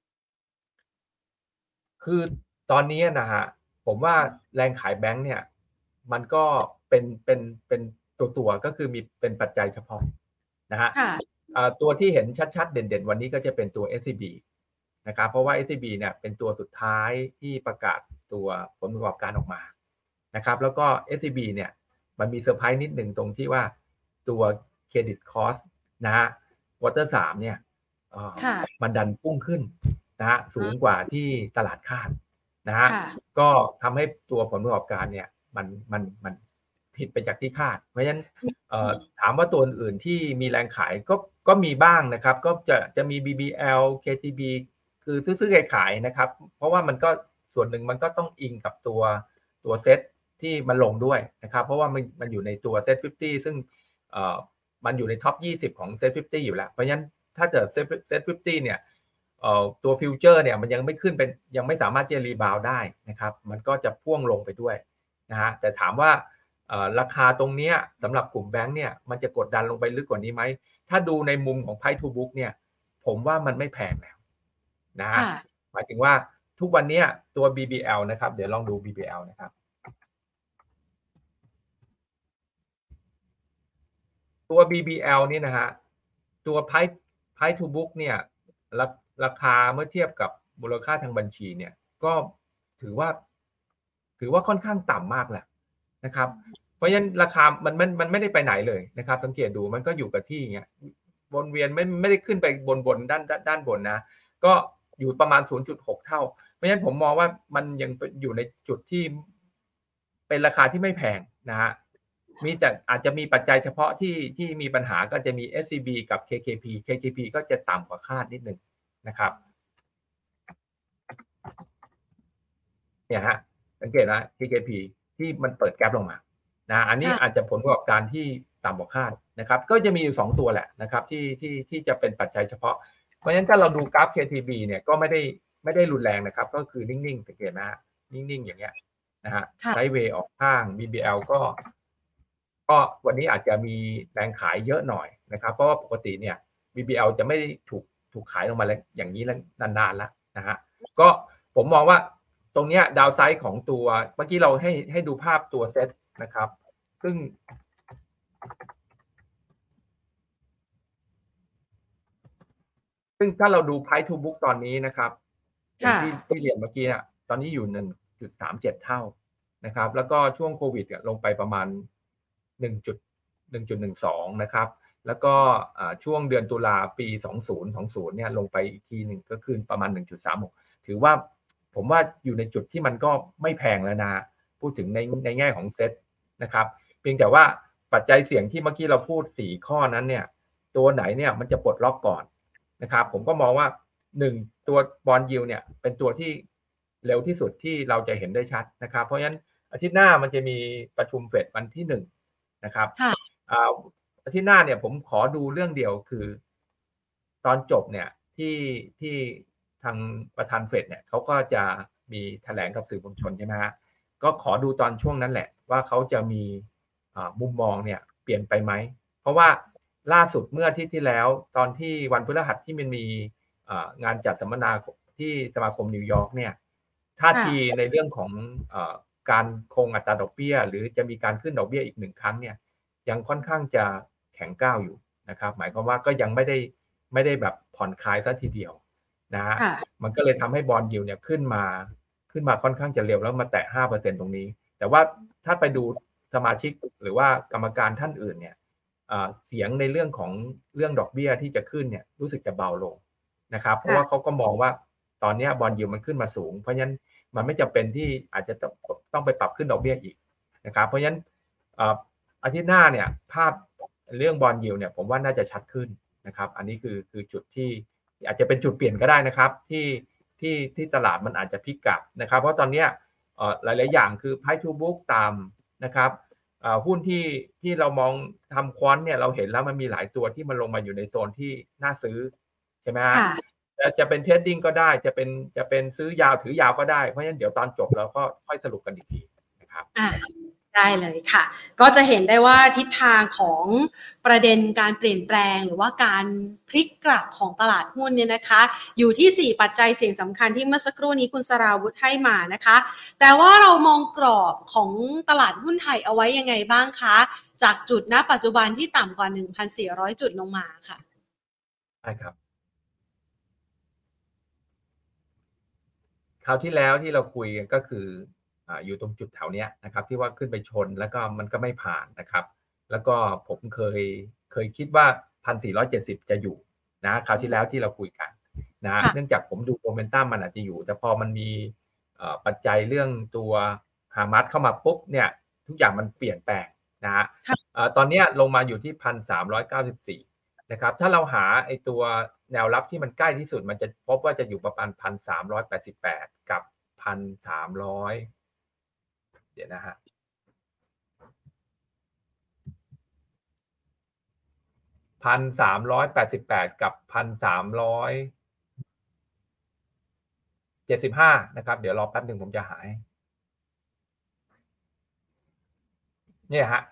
คือตอนนี้นะฮะผมว่าแรงขายแบงค์เนี่ยมันก็เป็นตัวก็คือมีเป็นปัจจัยเฉพาะนะฮะตัวที่เห็นชัดๆเด่นๆวันนี้ก็จะเป็นตัว SCB นะครับเพราะว่า SCB เนี่ยเป็นตัวสุดท้ายที่ประกาศตัวผลประกอบการออกมานะครับแล้วก็ SCB เนี่ยมันมีเซอร์ไพรส์นิดหนึ่งตรงที่ว่าตัวเครดิตคอสนะฮะควอเตอร์3เนี่ยมันดันพุ่งขึ้นนะฮะสูงกว่าที่ตลาดคาดนะฮะก็ทำให้ตัวผลประกอบการเนี่ยมันผิดไปจากที่คาดเพราะฉะนั้นถามว่าตัวอื่นที่มีแรงขายก็มีบ้างนะครับก็จะมี BBL KTB คือซื้อขายนะครับเพราะว่ามันก็ส่วนหนึ่งมันก็ต้องอิงกับตัวเซตที่มันลงด้วยนะครับเพราะว่ามันอยู่ในตัวเซต50ซึ่งมันอยู่ในท็อป20ของเซต50อยู่แล้วเพราะฉะนั้นถ้าเกิดเซต50เนี่ยตัวฟิวเจอร์เนี่ยมันยังไม่ขึ้นเป็นยังไม่สามารถจะรีบาวได้นะครับมันก็จะพ่วงลงไปด้วยนะฮะแต่ถามว่าราคาตรงนี้สำหรับกลุ่มแบงค์เนี่ยมันจะกดดันลงไปลึกกว่านี้ไหมถ้าดูในมุมของ Price to Book เนี่ยผมว่ามันไม่แพงแล้วนะหมายถึงว่าทุกวันนี้ตัว BBL นะครับเดี๋ยวลองดู BBL นะครับตัว BBL นี่นะฮะตัว Price to Book เนี่ยราคาเมื่อเทียบกับมูลค่าทางบัญชีเนี่ยก็ถือว่าค่อนข้างต่ำมากแหละนะครับเพราะฉะนั้นราคามันไม่ได้ไปไหนเลยนะครับสังเกตดูมันก็อยู่กับที่อย่างเงี้ยวนเวียนไม่ได้ขึ้นไปบนด้านบนนะก็อยู่ประมาณ 0.6 เท่าเพราะฉะนั้นผมมองว่ามันยังอยู่ในจุดที่เป็นราคาที่ไม่แพงนะฮะมีแต่อาจจะมีปัจจัยเฉพาะที่มีปัญหาก็จะมี SCB กับ KKP ก็จะต่ำกว่าคาดนิดนึงนะครับเนี่ยฮะสังเกตนะ KKP ที่มันเปิดแก๊ปลงมานะอันนี้อาจจะผลประกอบการที่ต่ำกว่าคาดนะครับก็จะมีอยู่2ตัวแหละนะครับที่จะเป็นปัจจัยเฉพาะเพราะฉะนั้นถ้าเราดูกราฟ KTB เนี่ยก็ไม่ได้รุนแรงนะครับก็คือนิ่งๆสังเกตนะฮะนิ่งๆอย่างเงี้ยนะฮะไซด์เวย์ออกข้าง BBL ก็วันนี้อาจจะมีแรงขายเยอะหน่อยนะครับเพราะว่าปกติเนี่ย BBL จะไม่ถูกขายลงมาแล้วอย่างนี้แล้วนานๆแล้วนะฮะก็ผมมองว่าตรงนี้ดาวไซด์ของตัวเมื่อกี้เราให้ดูภาพตัวเซตนะครับซึ่งถ้าเราดู Price to Book ตอนนี้นะครับอย่างที่เรียนเมื่อกี้นะตอนนี้อยู่ 1.37 เท่านะครับแล้วก็ช่วงโควิดลงไปประมาณ 1.12 นะครับแล้วก็ช่วงเดือนตุลาปี2020เนี่ยลงไปอีกทีหนึ่งก็คือประมาณ 1.36 ถือว่าผมว่าอยู่ในจุดที่มันก็ไม่แพงแล้วนะพูดถึงในแง่ของเซ็ตนะครับเพียงแต่ว่าปัจจัยเสี่ยงที่เมื่อกี้เราพูด4ข้อนั้นเนี่ยตัวไหนเนี่ยมันจะปลดล็อกก่อนนะครับผมก็มองว่า1ตัวบอนด์ยิลด์เนี่ยเป็นตัวที่เร็วที่สุดที่เราจะเห็นได้ชัดนะครับเพราะฉะนั้นอาทิตย์หน้ามันจะมีประชุมเฟดวันที่1นะครับอาทิตย์หน้าเนี่ยผมขอดูเรื่องเดียวคือตอนจบเนี่ยที่ทางประธานเฟดเนี่ยเขาก็จะมีแถลงกับสื่อมวลชนใช่ไหมฮะก็ขอดูตอนช่วงนั้นแหละว่าเขาจะมีมุมมองเนี่ยเปลี่ยนไปไหมเพราะว่าล่าสุดเมื่ออาทิตย์ที่แล้วตอนที่วันพฤหัสที่มันมีงานจัดสัมมนาที่สมาคมนิวยอร์กเนี่ยท่าทีในเรื่องของการคงอัตราดอกเบี้ยหรือจะมีการขึ้นดอกเบี้ยอีก1ครั้งเนี่ยยังค่อนข้างจะแข็งก้าวอยู่นะครับหมายความว่าก็ยังไม่ได้แบบผ่อนคลายซะทีเดียวนะฮะมันก็เลยทำให้บอนด์ยิลด์เนี่ยขึ้นมาค่อนข้างจะเร็วแล้วมาแตะ 5% ตรงนี้แต่ว่าถ้าไปดูสมาชิกหรือว่ากรรมการท่านอื่นเนี่ยเสียงในเรื่องของเรื่องดอกเบี้ยที่จะขึ้นเนี่ยรู้สึกจะเบาลงนะครับเพราะว่าเขาก็มองว่าตอนนี้บอนด์ยิลด์มันขึ้นมาสูงเพราะฉะนั้นมันไม่จำเป็นที่อาจจะต้องไปปรับขึ้นดอกเบี้ยอีกนะครับเพราะฉะนั้นอาทิตย์หน้าเนี่ยภาพเรื่องบอนด์ยิลด์เนี่ยผมว่าน่าจะชัดขึ้นนะครับอันนี้คือจุดที่อาจจะเป็นจุดเปลี่ยนก็ได้นะครับที่ตลาดมันอาจจะพลิกกลับนะครับเพราะตอนนี้หลายๆอย่างคือ Price to Book ตามนะครับหุ้นที่เรามองทำควอนเนี่ยเราเห็นแล้วมันมีหลายตัวที่มันลงมาอยู่ในโซนที่น่าซื้อใช่ไหมฮะจะเป็นเทรดดิ้งก็ได้จะเป็นซื้อยาวถือยาวก็ได้เพราะฉะนั้นเดี๋ยวตอนจบเราก็ค่อยสรุปกันอีกทีนะครับได้เลยค่ะก็จะเห็นได้ว่าทิศทางของประเด็นการเปลี่ยนแปลงหรือว่าการพลิกกลับของตลาดหุ้นเนี่ยนะคะอยู่ที่4ปัจจัยเสี่ยงสำคัญที่เมื่อสักครู่นี้คุณสราวุธให้มานะคะแต่ว่าเรามองกรอบของตลาดหุ้นไทยเอาไว้ยังไงบ้างคะจากจุดณปัจจุบันที่ต่ำกว่า 1,400 จุดลงมาค่ะใช่ครับราวที่แล้วที่เราคุยกันก็คืออยู่ตรงจุดแถวเนี้ยนะครับที่ว่าขึ้นไปชนแล้วก็มันก็ไม่ผ่านนะครับแล้วก็ผมเคยคิดว่า 1,470 จะอยู่นะคราวที่แล้วที่เราคุยกันนะเนื่องจากผมดูโมเมนตัมมันอาจจะอยู่แต่พอมันมีปัจจัยเรื่องตัวฮามาสเข้ามาปุ๊บเนี่ยทุกอย่างมันเปลี่ยนแปลงนะฮะตอนนี้ลงมาอยู่ที่ 1,394 นะครับถ้าเราหาไอ้ตัวแนวรับที่มันใกล้ที่สุดมันจะพบว่าจะอยู่ประมาณ 1,388 กับ 1,300 เดี๋ยวนะฮะ1,388 กับ 1,375 นะครับเดี๋ยวรอแป๊บนึงผมจะหาเนี่ยฮะ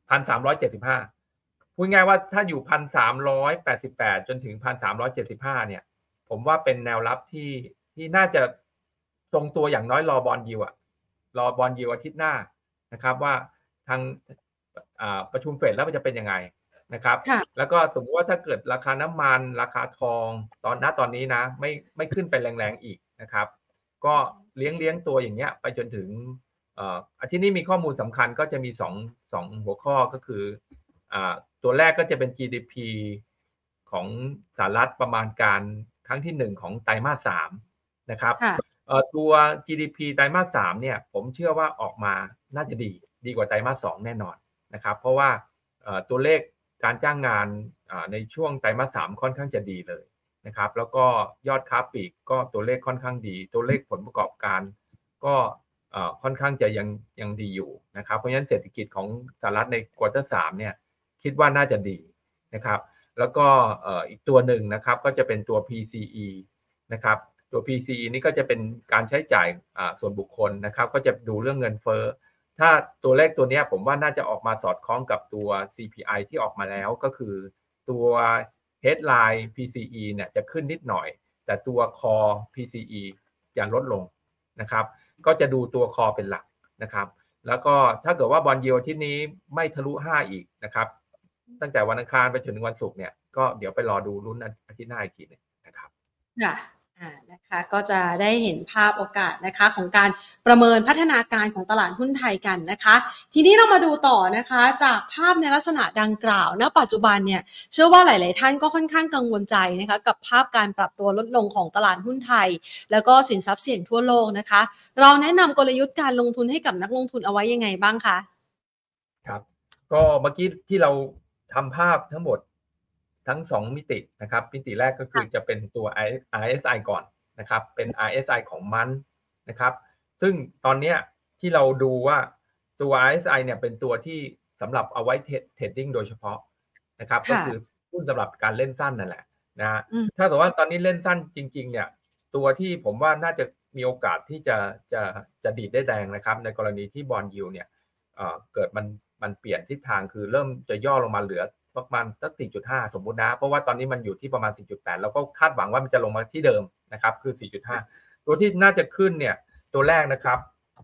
1,375 พูดง่ายว่าถ้าอยู่ 1,388 จนถึง 1,375 เนี่ยผมว่าเป็นแนวรับที่น่าจะทรงตัวอย่างน้อยรอบอนด์ยิลด์รอบอนด์ยิลด์อาทิตย์หน้านะครับว่าทางประชุมเฟดแล้วมันจะเป็นยังไงนะครับแล้วก็สมมติว่าถ้าเกิดราคาน้ำมันราคาทองตอนนี้นะไม่ขึ้นไปแรงๆอีกนะครับก็เลี้ยงตัวอย่างเงี้ยไปจนถึงอาทิตย์นี้มีข้อมูลสำคัญก็จะมีสองหัวข้อก็คือตัวแรกก็จะเป็น GDP ของสหรัฐประมาณการครั้งที่1ของไตรมาส3นะครับตัว GDP ไตรมาส3เนี่ยผมเชื่อว่าออกมาน่าจะดีกว่าไตรมาส2แน่นอนนะครับเพราะว่าตัวเลขการจ้างงานในช่วงไตรมาส3ค่อนข้างจะดีเลยนะครับแล้วก็ยอดค้าปลีกก็ตัวเลขค่อนข้างดีตัวเลขผลประกอบการก็ค่อนข้างจะยังดีอยู่นะครับเพราะฉะนั้นเศรษฐกิจของสหรัฐในควอเตอร์3เนี่ยคิดว่าน่าจะดีนะครับแล้วก็อีกตัวหนึ่งนะครับก็จะเป็นตัว PCE นะครับตัว PCE นี่ก็จะเป็นการใช้จ่ายส่วนบุคคลนะครับก็จะดูเรื่องเงินเฟ้อถ้าตัวเลขตัวนี้ผมว่าน่าจะออกมาสอดคล้องกับตัว CPI ที่ออกมาแล้วก็คือตัว headline PCE เนี่ยจะขึ้นนิดหน่อยแต่ตัว core PCE จะลดลงนะครับก็จะดูตัว core เป็นหลักนะครับแล้วก็ถ้าเกิดว่าบอนด์ยิลด์ที่นี้ไม่ทะลุ5อีกนะครับตั้งแต่วันอังคารไปจนถึงวันศุกร์เนี่ยก็เดี๋ยวไปรอดูลุ้นอาทิตย์หน้าอีกทีนึงนะครับค่ะนะคะก็จะได้เห็นภาพโอกาสนะคะของการประเมินพัฒนาการของตลาดหุ้นไทยกันนะคะทีนี้เรามาดูต่อนะคะจากภาพในลักษณะดังกล่าวณปัจจุบันเนี่ยเชื่อว่าหลายๆท่านก็ค่อนข้างกังวลใจนะคะกับภาพการปรับตัวลดลงของตลาดหุ้นไทยแล้วก็สินทรัพย์เสี่ยงทั่วโลกนะคะเราแนะนำกลยุทธ์การลงทุนให้กับนักลงทุนเอาไว้ยังไงบ้างคะครับก็เมื่อกี้ที่เราทำภาพทั้งหมดทั้ง2มิตินะครับมิติแรกก็คือจะเป็นตัว RSI ก่อนนะครับเป็น RSI ของมันนะครับซึ่งตอนนี้ที่เราดูว่าตัว RSI เนี่ยเป็นตัวที่สำหรับเอาไว้เทรดดิ้งโดยเฉพาะนะครับก็คือหุ้นสำหรับการเล่นสั้นนั่นแหละนะถ้าสมมติว่าตอนนี้เล่นสั้นจริงๆเนี่ยตัวที่ผมว่าน่าจะมีโอกาสที่จะดีดได้แดงนะครับในกรณีที่บอนด์ยิลด์เนี่ยเกิดมันเปลี่ยนทิศทางคือเริ่มจะย่อลงมาเหลือประมาณสัก 4.5 สมมุตินะเพราะว่าตอนนี้มันอยู่ที่ประมาณ 4.8 แล้วก็คาดหวังว่ามันจะลงมาที่เดิมนะครับคือ 4.5 ตัวที่น่าจะขึ้นเนี่ยตัวแรกนะครับ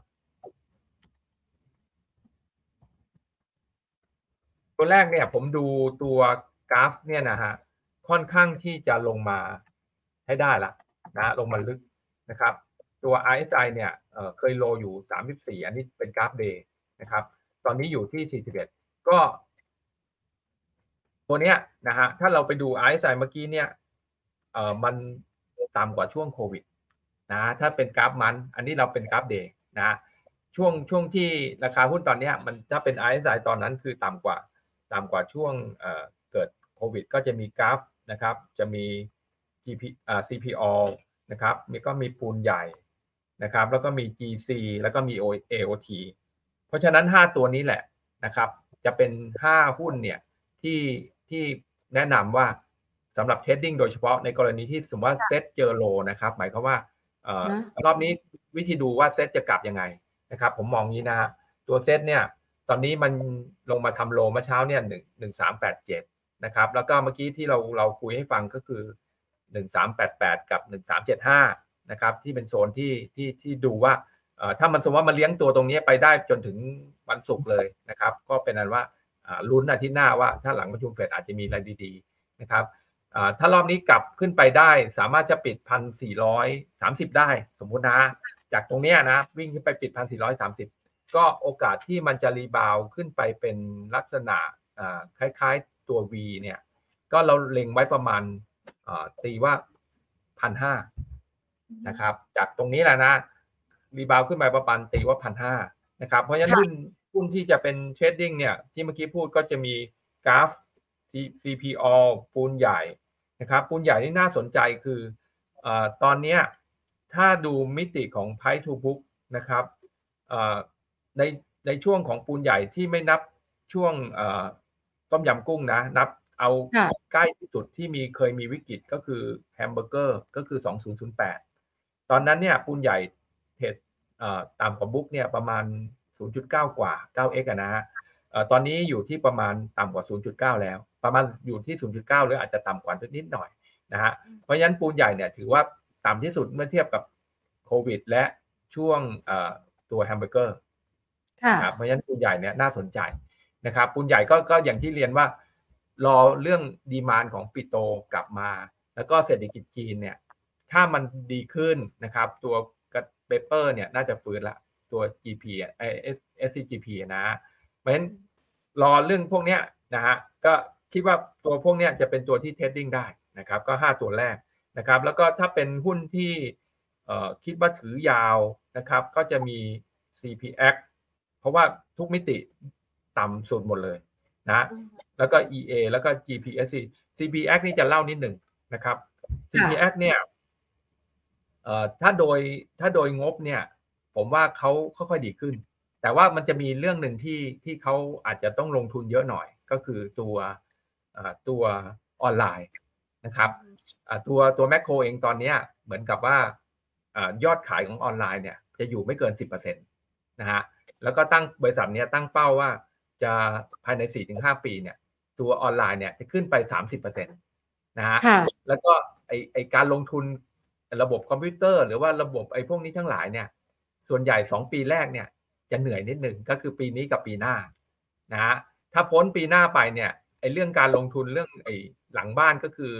ตัวแรกเนี่ยผมดูตัวกราฟเนี่ยนะฮะค่อนข้างที่จะลงมาให้ได้ละนะลงมาลึกนะครับตัว RSI เนี่ยเคยโลอยู่34อันนี้เป็นกราฟเดย์นะครับตอนนี้อยู่ที่41ก็ตัวเนี้ยนะฮะถ้าเราไปดู RSI เมื่อกี้เนี่ยมันต่ำกว่าช่วงโควิดนะถ้าเป็นกราฟมันอันนี้เราเป็นกราฟเดย์นะช่วงที่ราคาหุ้นตอนนี้มันถ้าเป็น RSI ตอนนั้นคือต่ำกว่าช่วงเกิดโควิดก็จะมีกราฟนะครับจะมี CPO นะครับก็มีปูนใหญ่นะครับแล้วก็มี GC แล้วก็มี AOT เพราะฉะนั้น5ตัวนี้แหละนะครับจะเป็น5หุ้นเนี่ยที่แนะนำว่าสำหรับเทรดดิ้งโดยเฉพาะในกรณีที่สมมติว่าเซตเจอโลนะครับหมายความว่ารอบนี้วิธีดูว่าเซตจะกลับยังไงนะครับผมมองนี้นะตัวเซตเนี่ยตอนนี้มันลงมาทำโลเมื่อเช้าเนี่ย1387นะครับแล้วก็เมื่อกี้ที่เราคุยให้ฟังก็คือ1388กับ1375นะครับที่เป็นโซนที่ดูว่าถ้ามันสมมติว่ามันเลี้ยงตัวตรงนี้ไปได้จนถึงวันศุกร์เลยนะครับก็เป็นอันว่าลุ้นอาทิตย์หน้าว่าถ้าหลังประชุมเฟดอาจจะมีอะไรดีๆนะครับถ้ารอบนี้กลับขึ้นไปได้สามารถจะปิด 1,430 ได้สมมุตินะจากตรงเนี้ยนะวิ่งขึ้นไปปิด 1,430 ก็โอกาสที่มันจะรีบาวขึ้นไปเป็นลักษณะคล้ายๆตัว V เนี่ยก็เราเล็งไว้ประมาณตีว่า 1,500 นะครับจากตรงนี้แหละนะรีบาวขึ้นไปประมาณตีว่า 1,500 นะครับเพราะฉะนั้นหุ้นที่จะเป็นเทรดดิ้งเนี่ยที่เมื่อกี้พูดก็จะมีกราฟ CPO ปูนใหญ่นะครับปูนใหญ่ที่น่าสนใจคือตอนนี้ถ้าดูมิติของ Price to Book นะครับในช่วงของปูนใหญ่ที่ไม่นับช่วงต้มยำกุ้งนะนับเอาใกล้ที่สุดที่เคยมีวิกฤตก็คือแฮมเบอร์เกอร์ก็คือ2008ตอนนั้นเนี่ยปูนใหญ่เทรดต่ำกว่าบุ๊กเนี่ยประมาณ 0.9 กว่า 9x นะฮะตอนนี้อยู่ที่ประมาณต่ำกว่า 0.9 แล้วประมาณอยู่ที่ 0.9 หรืออาจจะต่ำกว่านิดหน่อยนะฮะเพราะฉะนั้นปูนใหญ่เนี่ยถือว่าต่ำที่สุดเมื่อเทียบกับโควิดและช่วงตัวแฮมเบอร์เกอร์เพราะฉะนั้นปูนใหญ่เนี่ยน่าสนใจนะครับปูนใหญ่ก็อย่างที่เรียนว่ารอเรื่องดีมานด์ของปิโตกลับมาแล้วก็เศรษฐกิจจีนเนี่ยถ้ามันดีขึ้นนะครับตัวเปเปอร์เนี่ยน่าจะฟื้นละตัว GP SCGP นะเพราะฉะนั้นรอเรื่องพวกเนี้ยนะฮะก็คิดว่าตัวพวกเนี้ยจะเป็นตัวที่เทรดดิ้งได้นะครับก็5ตัวแรกนะครับแล้วก็ถ้าเป็นหุ้นที่คิดว่าถือยาวนะครับก็จะมี CPX เพราะว่าทุกมิติต่ำสุดหมดเลยนะแล้วก็ EA แล้วก็ GPSC CPX นี่จะเล่านิดหนึ่งนะครับ CPX เนี่ยถ้าโดยงบเนี่ยผมว่าเขาค่อยๆดีขึ้นแต่ว่ามันจะมีเรื่องหนึ่งที่เขาอาจจะต้องลงทุนเยอะหน่อยก็คือตัวออนไลน์นะครับตัวแมคโครเองตอนนี้เหมือนกับว่ายอดขายของออนไลน์เนี่ยจะอยู่ไม่เกิน 10% นะฮะแล้วก็บริษัทเนี้ยตั้งเป้าว่าจะภายใน 4-5 ปีเนี่ยตัวออนไลน์เนี่ยจะขึ้นไป 30% นะฮะแล้วก็ไอการลงทุนระบบคอมพิวเตอร์หรือว่าระบบไอ้พวกนี้ทั้งหลายเนี่ยส่วนใหญ่2ปีแรกเนี่ยจะเหนื่อยนิดหนึ่งก็คือปีนี้กับปีหน้านะฮะถ้าพ้นปีหน้าไปเนี่ยไอ้เรื่องการลงทุนเรื่องไอ้หลังบ้านก็คือ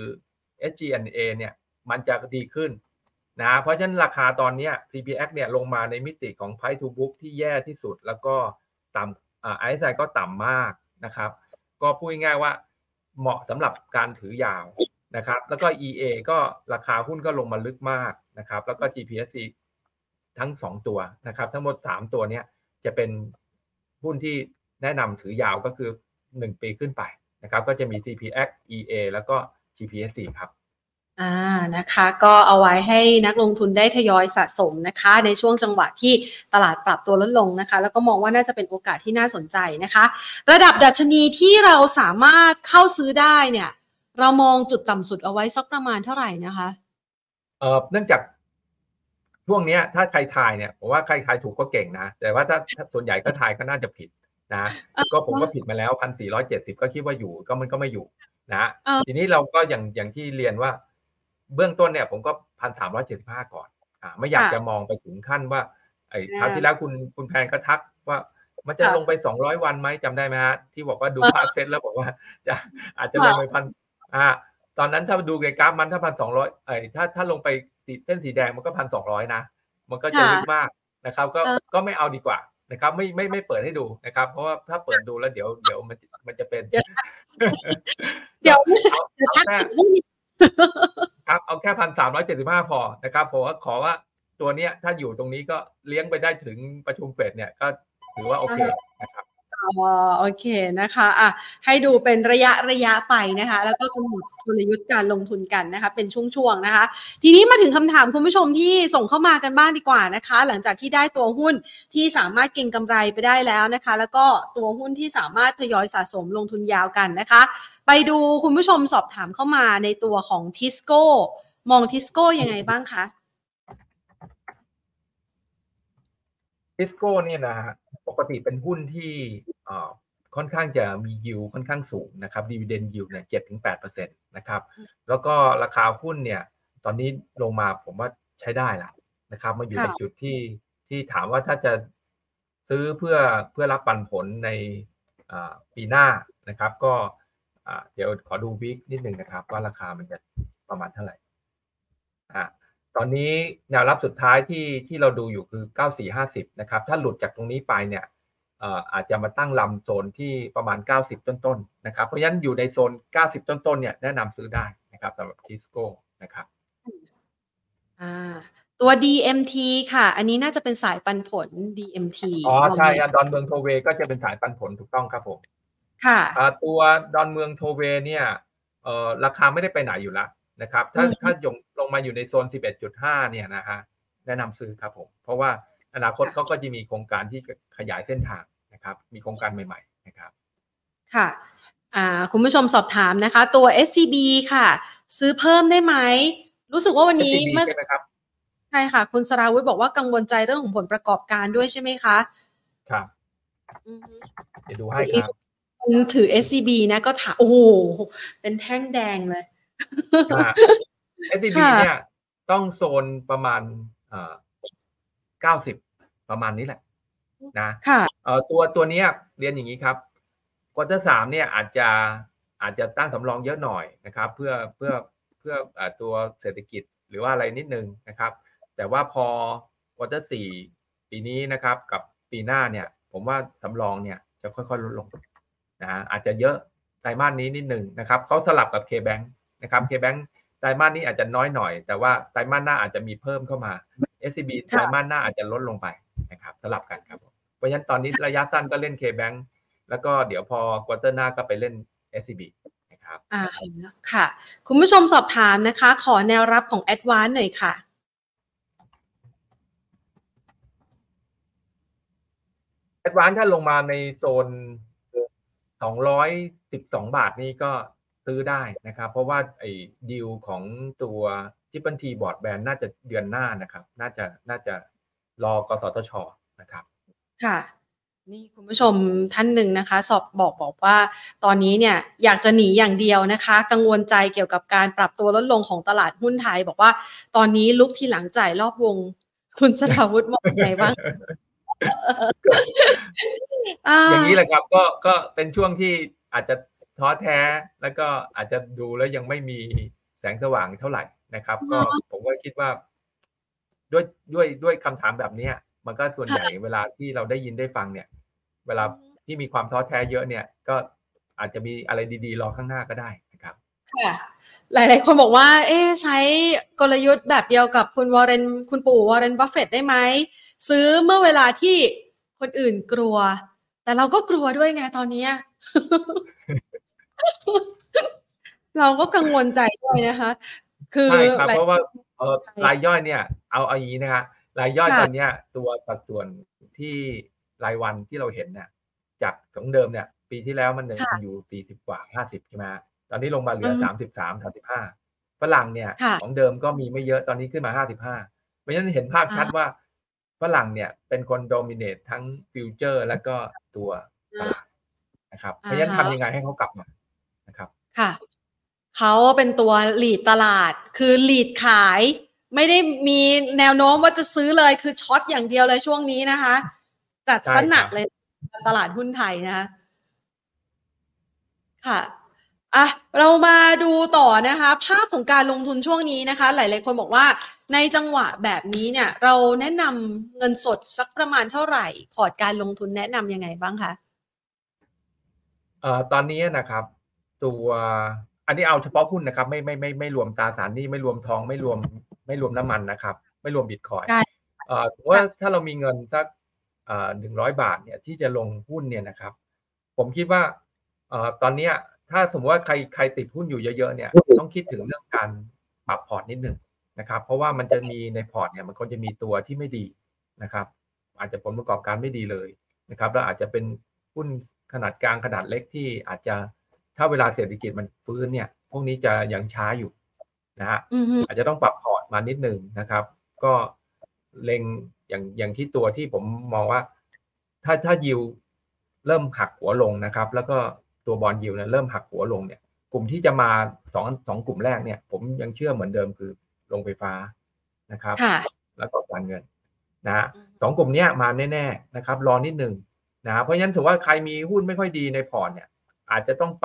SG&A เนี่ยมันจะดีขึ้นนะเพราะฉะนั้นราคาตอนนี้ CPX เนี่ยลงมาในมิติของ Price to Book ที่แย่ที่สุดแล้วก็ต่ำRSI ก็ต่ำมากนะครับก็พูดง่ายๆว่าเหมาะสำหรับการถือยาวนะครับแล้วก็ EA ก็ราคาหุ้นก็ลงมาลึกมากนะครับแล้วก็ GPSC ทั้ง2ตัวนะครับทั้งหมด3ตัวเนี้ยจะเป็นหุ้นที่แนะนำถือยาวก็คือ1ปีขึ้นไปนะครับก็จะมี CPX EA แล้วก็ GPSC ครับนะคะก็เอาไว้ให้นักลงทุนได้ทยอยสะสมนะคะในช่วงจังหวะที่ตลาดปรับตัวลดลงนะคะแล้วก็มองว่าน่าจะเป็นโอกาสที่น่าสนใจนะคะระดับดัชนีที่เราสามารถเข้าซื้อได้เนี่ยเรามองจุดต่ำสุดเอาไว้สักประมาณเท่าไหร่นะคะเนื่องจากช่วงนี้ถ้าใครทายเนี่ยผมว่าใครทายถูกก็เก่งนะแต่ว่าถ้าส่วนใหญ่ก็ทายก็น่าจะผิดนะก็ผมก็ผิดมาแล้ว 1,470 ก็คิดว่าอยู่ก็มันก็ไม่อยู่นะทีนี้เราก็อย่างที่เรียนว่าเบื้องต้นเนี่ยผมก็ 1,375 ก่อนไม่อยากจะมองไปถึงขั้นว่าไอ้คราวที่แล้วคุณแพนก็ทักว่ามันจะลงไป200วันไหมจำได้ไหมฮะที่บอกว่าดูภาพเซตแล้วบอกว่าจะอาจจะลงไปตอนนั้นถ้าดูในกราฟมันถ้า 1,200ถ้าลงไปเส้นสีแดงมันก็ 1,200 นะมันก็จะลึกมากนะครับก็ไม่เอาดีกว่านะครับไม่เปิดให้ดูนะครับเพราะว่าถ้าเปิดดูแล้วเดี๋ยวมันจะเป็นครับเอาแค่ 1,375 พอนะครับผมขอว่าตัวเนี้ยถ้าอยู่ตรงนี้ก็เลี้ยงไปได้ถึงประชุมเฟดเนี่ยก็ถือว่าโอเคนะครับโอเคนะคะให้ดูเป็นระยะไปนะคะแล้วก็กำหนดกลยุทธ์การลงทุนกันนะคะเป็นช่วงๆนะคะทีนี้มาถึงคำถามคุณผู้ชมที่ส่งเข้ามากันบ้างดีกว่านะคะหลังจากที่ได้ตัวหุ้นที่สามารถเก็งกำไรไปได้แล้วนะคะแล้วก็ตัวหุ้นที่สามารถทยอยสะสมลงทุนยาวกันนะคะไปดูคุณผู้ชมสอบถามเข้ามาในตัวของทิสโก้มองทิสโก้ยังไงบ้างคะทิสโก้เนี่ยนะฮะปกติเป็นหุ้นที่ค่อนข้างจะมียิวค่อนข้างสูงนะครับดีวิเดนยิวเนี่ย 7-8% นะครับแล้วก็ราคาหุ้นเนี่ยตอนนี้ลงมาผมว่าใช้ได้ละนะครับมาอยู่ในจุดที่ถามว่าถ้าจะซื้อเพื่อรับปันผลในปีหน้านะครับก็เดี๋ยวขอดูวีคนิดนึงนะครับว่าราคามันจะประมาณเท่าไหร่ตอนนี้แนวรับสุดท้ายที่เราดูอยู่คือ9450นะครับถ้าหลุดจากตรงนี้ไปเนี่ยอาจจะมาตั้งลำโซนที่ประมาณ90ต้นๆนะครับเพราะฉะนั้นอยู่ในโซน90ต้นๆเนี่ยแนะนำซื้อได้นะครับสำหรับทิสโก้นะครับตัว DMT ค่ะอันนี้น่าจะเป็นสายปันผล DMT ใช่ดอนเมืองโทเวก็จะเป็นสายปันผลถูกต้องครับผมค่ะตัวดอนเมืองโทเวเนี่ยราคาไม่ได้ไปไหนอยู่แล้วนะครับถ้าลงมาอยู่ในโซน 11.5 เนี่ยนะฮะแนะนำซื้อครับผมเพราะว่าอนาคตเขาก็จะมีโครงการที่ขยายเส้นทางนะครับมีโครงการใหม่ๆนะครับค่ะคุณผู้ชมสอบถามนะคะตัว SCB ค่ะซื้อเพิ่มได้ไหมรู้สึกว่าวันนี้ใช่ไหมครับใช่ค่ะคุณสราวุธบอกว่ากังวลใจเรื่องของผลประกอบการด้วยใช่ไหมคะครับเดี๋ยวดูให้ครับคนถือ SCB นะก็ถามโอ้โหเป็นแท่งแดงเลย SCB เนี่ยต้องโซนประมาณ90ประมาณนี้แหละนะตัวนี้เรียนอย่างนี้ครับควอเตอร์3เนี่ยอาจจะตั้งสำรองเยอะหน่อยนะครับเพื่อตัวเศรษฐกิจหรือว่าอะไรนิดนึงนะครับแต่ว่าพอควอเตอร์4ปีนี้นะครับกับปีหน้าเนี่ยผมว่าสำรองเนี่ยจะค่อยๆลดลงนะอาจจะเยอะไตรมาสนี้นิดนึงนะครับเขาสลับกับ KBank นะครับ KBank ไตรมาสนี้อาจจะน้อยหน่อยแต่ว่าไตรมาสหน้าอาจจะมีเพิ่มเข้ามา SCB ไตรมาสหน้าอาจจะลดลงไปนะครับสลับกันครับเพราะฉะนั้นตอนนี้ระยะสั้นก็เล่น KBank แล้วก็เดี๋ยวพอควอเตอร์หน้าก็ไปเล่น SCB นะครับค่ะคุณผู้ชมสอบถามนะคะขอแนวรับของ Advance หน่อยค่ะ Advance ถ้าลงมาในโซน212 บาทนี่ก็ซื้อได้นะครับเพราะว่าไอ้ดีลของตัวTriple T Broadband น่าจะเดือนหน้านะครับน่าจะรอกสทช.นะครับค่ะนี่คุณผู้ชมท่านหนึ่งนะคะสอบบอกว่าตอนนี้เนี่ยอยากจะหนีอย่างเดียวนะคะกังวลใจเกี่ยวกับการปรับตัวลดลงของตลาดหุ้นไทยบอกว่าตอนนี้ลุกทีหลังจ่ายรอบวงคุณสราวุธมองไงบ้างอย่างนี้แหละครับก็เป็นช่วงที่อาจจะท้อแท้แล้วก็อาจจะดูแล้วยังไม่มีแสงสว่างเท่าไหร่นะครับก็ผมก็คิดว่าด้วยคำถามแบบนี้มันก็ส่วนใหญ่เวลาที่เราได้ยินได้ฟังเนี่ยเวลาที่มีความท้อแท้เยอะเนี่ยก็อาจจะมีอะไรดีๆรอข้างหน้าก็ได้นะครับค่ะหลายๆคนบอกว่าใช้กลยุทธ์แบบเดียวกับคุณปู่วอร์เรนบัฟเฟตต์ได้ไหมซื้อเมื่อเวลาที่คนอื่นกลัวแต่เราก็กลัวด้วยไงตอนนี้ เราก็กังวลใจด้วยนะคะคือใช่ครับเพราะว่ารายย่อยเนี่ยเอาอย่างนี้นะครับรายย่อยตอนนี้ตัวสัดส่วนที่รายวันที่เราเห็นเนี่ยจากของเดิมเนี่ยปีที่แล้วมันอยู่40กว่า50ใช่ไหมตอนนี้ลงมาเหลือ33-35ฝรั่งเนี่ยของเดิมก็มีไม่เยอะตอนนี้ขึ้นมา55เพราะฉะนั้นเห็นภาพชัดว่าฝรั่งเนี่ยเป็นคนโดมิเนตทั้งฟิวเจอร์และก็ตัวตลาดนะครับเพราะฉะนั้นทำยังไงให้เขากลับมานะครับค่ะเขาเป็นตัวลีดตลาดคือลีดขายไม่ได้มีแนวโน้มว่าจะซื้อเลยคือช็อตอย่างเดียวเลยช่วงนี้นะคะจัดสนักเลยตลาดหุ้นไทยนะคะค่ะเรามาดูต่อนะคะภาพของการลงทุนช่วงนี้นะคะหลายๆคนบอกว่าในจังหวะแบบนี้เนี่ยเราแนะนำเงินสดสักประมาณเท่าไหร่พอร์ตการลงทุนแนะนำยังไงบ้างคะตอนนี้นะครับตัวอันนี้เอาเฉพาะหุ้นนะครับไม่รวมตราสารหนี้ไม่รวมทองไม่รวมน้ำมันนะครับไม่รวมบิตคอยน์ว่าถ้าเรามีเงินสัก100 บาทเนี่ยที่จะลงหุ้นเนี่ยนะครับผมคิดว่าตอนนี้ถ้าสมมติว่าใครติดหุ้นอยู่เยอะๆเนี่ยต้องคิดถึงเรื่องการปรับพอร์ตนิดนึงนะครับเพราะว่ามันจะมีในพอร์ตเนี่ยมันก็จะมีตัวที่ไม่ดีนะครับอาจจะผลประกอบการไม่ดีเลยนะครับแล้วอาจจะเป็นหุ้นขนาดกลางขนาดเล็กที่อาจจะถ้าเวลาเศรษฐกิจมันฟื้นเนี่ยพวกนี้จะยังช้าอยู่นะฮะอาจจะต้องปรับพอร์ตมานิดนึงนะครับก็เล็งอย่างที่ตัวที่ผมมองว่าถ้ายิวเริ่มหักหัวลงนะครับแล้วก็ตัวบอนด์ยิวเนี่ยเริ่มหักหัวลงเนี่ยกลุ่มที่จะมาสองกลุ่มแรกเนี่ยผมยังเชื่อเหมือนเดิมคือโรงไฟฟ้านะครับแล้วก็การเงินนะสองกลุ่มนี้มาแน่ๆนะครับรอนิดนึงนะเพราะฉะนั้นถือว่าใครมีหุ้นไม่ค่อยดีในพอร์ตเนี่ยอาจจะต้องปรับ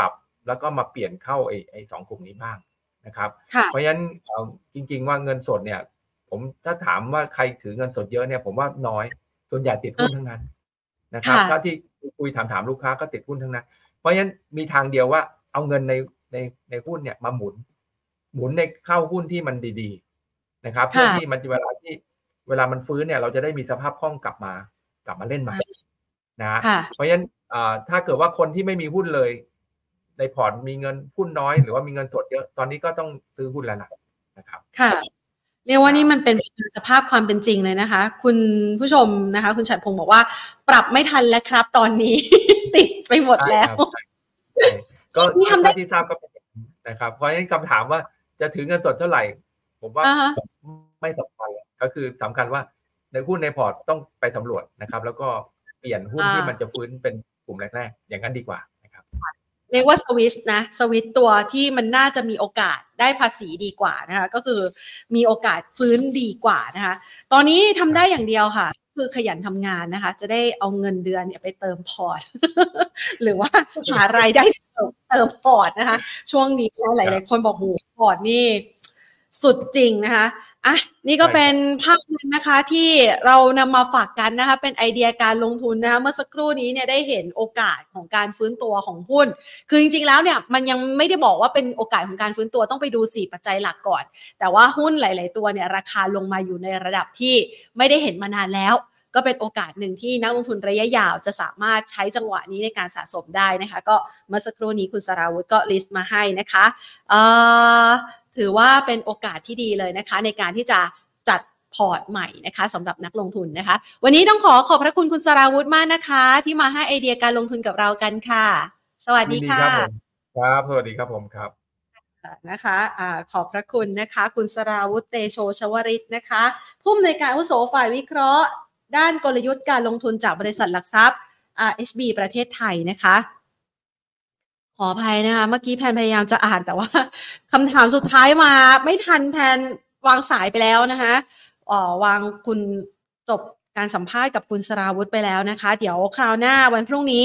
แล้วก็มาเปลี่ยนเข้าไอ้2กลุ่มนี้บ้างนะครับค่ะเพราะฉะนั้นจริงๆว่าเงินสดเนี่ยผมถ้าถามว่าใครถือเงินสดเยอะเนี่ยผมว่าน้อยส่วนใหญ่ติดหุ้นทั้งนั้นนะครับค่ะถ้าที่คุยถามลูกค้าก็ติดหุ้นทั้งนั้นเพราะฉะนั้นมีทางเดียวว่าเอาเงินในหุ้นเนี่ยมาหมุนในเข้าหุ้นที่มันดีๆนะครับเพื่อที่มันจะเวลามันฟื้นเนี่ยเราจะได้มีสภาพคล่องกลับมาเล่นใหม่นะเพราะฉะนั้นถ้าเกิดว่าคนที่ไม่มีหุ้นเลยในพอร์ตมีเงินหุ้นน้อยหรือว่ามีเงินสดเยอะตอนนี้ก็ต้องซื้อหุ้นแล้วนะครับค่ะเรียกว่านี่มันเป็นสภาพความเป็นจริงเลยนะคะคุณผู้ชมนะคะคุณฉัตรพงศ์บอกว่าปรับไม่ทันแล้วครับตอนนี้ ติดไปหมดแล้วก็ที่ทำได้ที่ทราบก็เป็นนะครับเพราะฉะนั้นคำถามว่าจะถือเงินสดเท่าไหร่ผมว่าไม่สำคัญก็คือสำคัญว่าในหุ้นในพอร์ตต้องไปสำรวจนะครับแล้วก็เปลี่ยนหุ้นที่มันจะฟื้นเป็นกลุ่มแรกๆอย่างนั้นดีกว่านะครับเรียกว่าสวิตช์ตัวที่มันน่าจะมีโอกาสได้ภาษีดีกว่านะคะก็คือมีโอกาสฟื้นดีกว่านะคะตอนนี้ทำได้อย่างเดียวค่ะคือขยันทำงานนะคะจะได้เอาเงินเดือนเนี่ยไปเติมพอร์ต หรือว่าหารายได้เติมพอร์ตนะคะช่วงนี้หลายๆคนบอกโหพอร์ตนี่สุดจริงนะคะอ่ะนี่ก็เป็นภาพนึงนะคะที่เรานำมาฝากกันนะคะเป็นไอเดียการลงทุนนะคะเมื่อสักครู่นี้เนี่ยได้เห็นโอกาสของการฟื้นตัวของหุ้นคือจริงๆแล้วเนี่ยมันยังไม่ได้บอกว่าเป็นโอกาสของการฟื้นตัวต้องไปดู4ปัจจัยหลักก่อนแต่ว่าหุ้นหลายๆตัวเนี่ยราคาลงมาอยู่ในระดับที่ไม่ได้เห็นมานานแล้วก็เป็นโอกาสหนึ่งที่นักลงทุนระยะยาวจะสามารถใช้จังหวะนี้ในการสะสมได้นะคะก็เมื่อสักครู่นี้คุณสราวุธก็ลิสต์มาให้นะคะถือว่าเป็นโอกาสที่ดีเลยนะคะในการที่จะจัดพอร์ตใหม่นะคะสำหรับนักลงทุนนะคะวันนี้ต้องขอบพระคุณคุณสราวุธมากนะคะที่มาให้ไอเดียการลงทุนกับเรากันค่ะสวัสดีค่ะครับสวัสดีครับผมครับนะคะขอบพระคุณนะคะคุณสราวุธเตโชชวริตนะคะผู้อำนวยการอาวุโสฝ่ายวิเคราะห์ด้านกลยุทธ์การลงทุนจากบริษัทหลักทรัพย์ RHB ประเทศไทยนะคะขออภัยนะคะเมื่อกี้แพนพยายามจะอ่านแต่ว่าคำถามสุดท้ายมาไม่ทันแพนวางสายไปแล้วนะคะวางคุณจบการสัมภาษณ์กับคุณสราวุธไปแล้วนะคะเดี๋ยวคราวหน้าวันพรุ่งนี้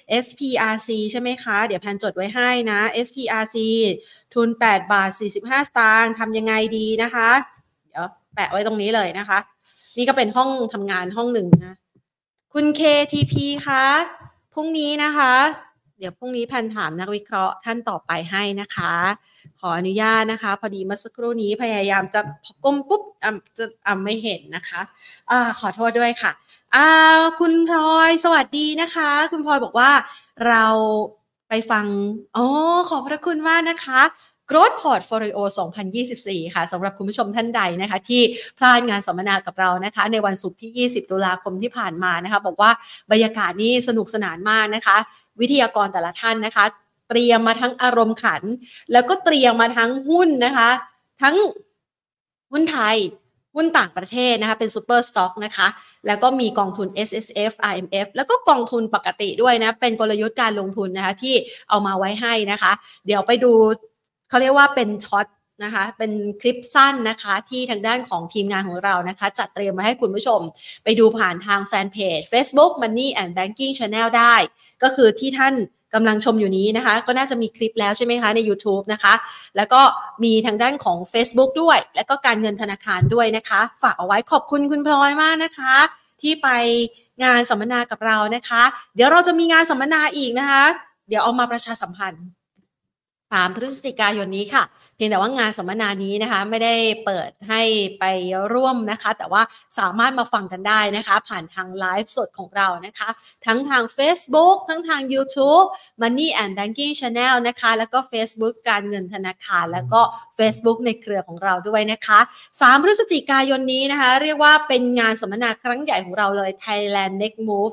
SPRC ใช่ไหมคะเดี๋ยวแพนจดไว้ให้นะ SPRC ทุน8 บาท 45 สตางค์ทำยังไงดีนะคะเดี๋ยวแปะไว้ตรงนี้เลยนะคะนี่ก็เป็นห้องทำงานห้องหนึ่งนะคุณ KTP คะพรุ่งนี้นะคะเดี๋ยวพรุ่งนี้แพนถามนักวิเคราะห์ท่านต่อไปให้นะคะขออนุญาตนะคะพอดีเมื่อสักครู่นี้พยายามจะก้มปุ๊บจะไม่เห็นนะคะขอโทษด้วยค่ะคุณพลอยสวัสดีนะคะคุณพลอยบอกว่าเราไปฟังขอบพระคุณมากนะคะ Growth Portfolio 2024 ค่ะสำหรับคุณผู้ชมท่านใดนะคะที่พลาดงานสัมมนากับเรานะคะในวันศุกร์ที่20ตุลาคมที่ผ่านมานะคะบอกว่าบรรยากาศนี่สนุกสนานมากนะคะวิทยากรแต่ละท่านนะคะเตรียมมาทั้งอารมณ์ขันแล้วก็เตรียมมาทั้งหุ้นนะคะทั้งหุ้นไทยหุ้นต่างประเทศนะคะเป็นซูเปอร์สต็อกนะคะแล้วก็มีกองทุน SSF RMF แล้วก็กองทุนปกติด้วยนะเป็นกลยุทธ์การลงทุนนะคะที่เอามาไว้ให้นะคะเดี๋ยวไปดูเขาเรียกว่าเป็นช็อตนะคะเป็นคลิปสั้นนะคะที่ทางด้านของทีมงานของเรานะคะจัดเตรียมมาให้คุณผู้ชมไปดูผ่านทางแฟนเพจ Facebook Money and Banking Channel ได้ก็คือที่ท่านกำลังชมอยู่นี้นะคะก็น่าจะมีคลิปแล้วใช่ไหมคะใน YouTube นะคะแล้วก็มีทางด้านของ Facebook ด้วยแล้วก็การเงินธนาคารด้วยนะคะฝากเอาไว้ขอบคุณคุณพลอยมากนะคะที่ไปงานสัมมนากับเรานะคะเดี๋ยวเราจะมีงานสัมมนาอีกนะคะเดี๋ยวเอามาประชาสัมพันธ์3 พฤศจิกายนนี้ค่ะเพียงแต่ว่างานสัมมนานี้นะคะไม่ได้เปิดให้ไปร่วมนะคะแต่ว่าสามารถมาฟังกันได้นะคะผ่านทางไลฟ์สดของเรานะคะทั้งทาง Facebook ทั้งทาง YouTube Money and Banking Channel นะคะแล้วก็ Facebook การเงินธนาคารแล้วก็ Facebook ในเครือของเราด้วยนะคะ3 พฤศจิกายนนี้นะคะเรียกว่าเป็นงานสัมมนาครั้งใหญ่ของเราเลย Thailand Next Move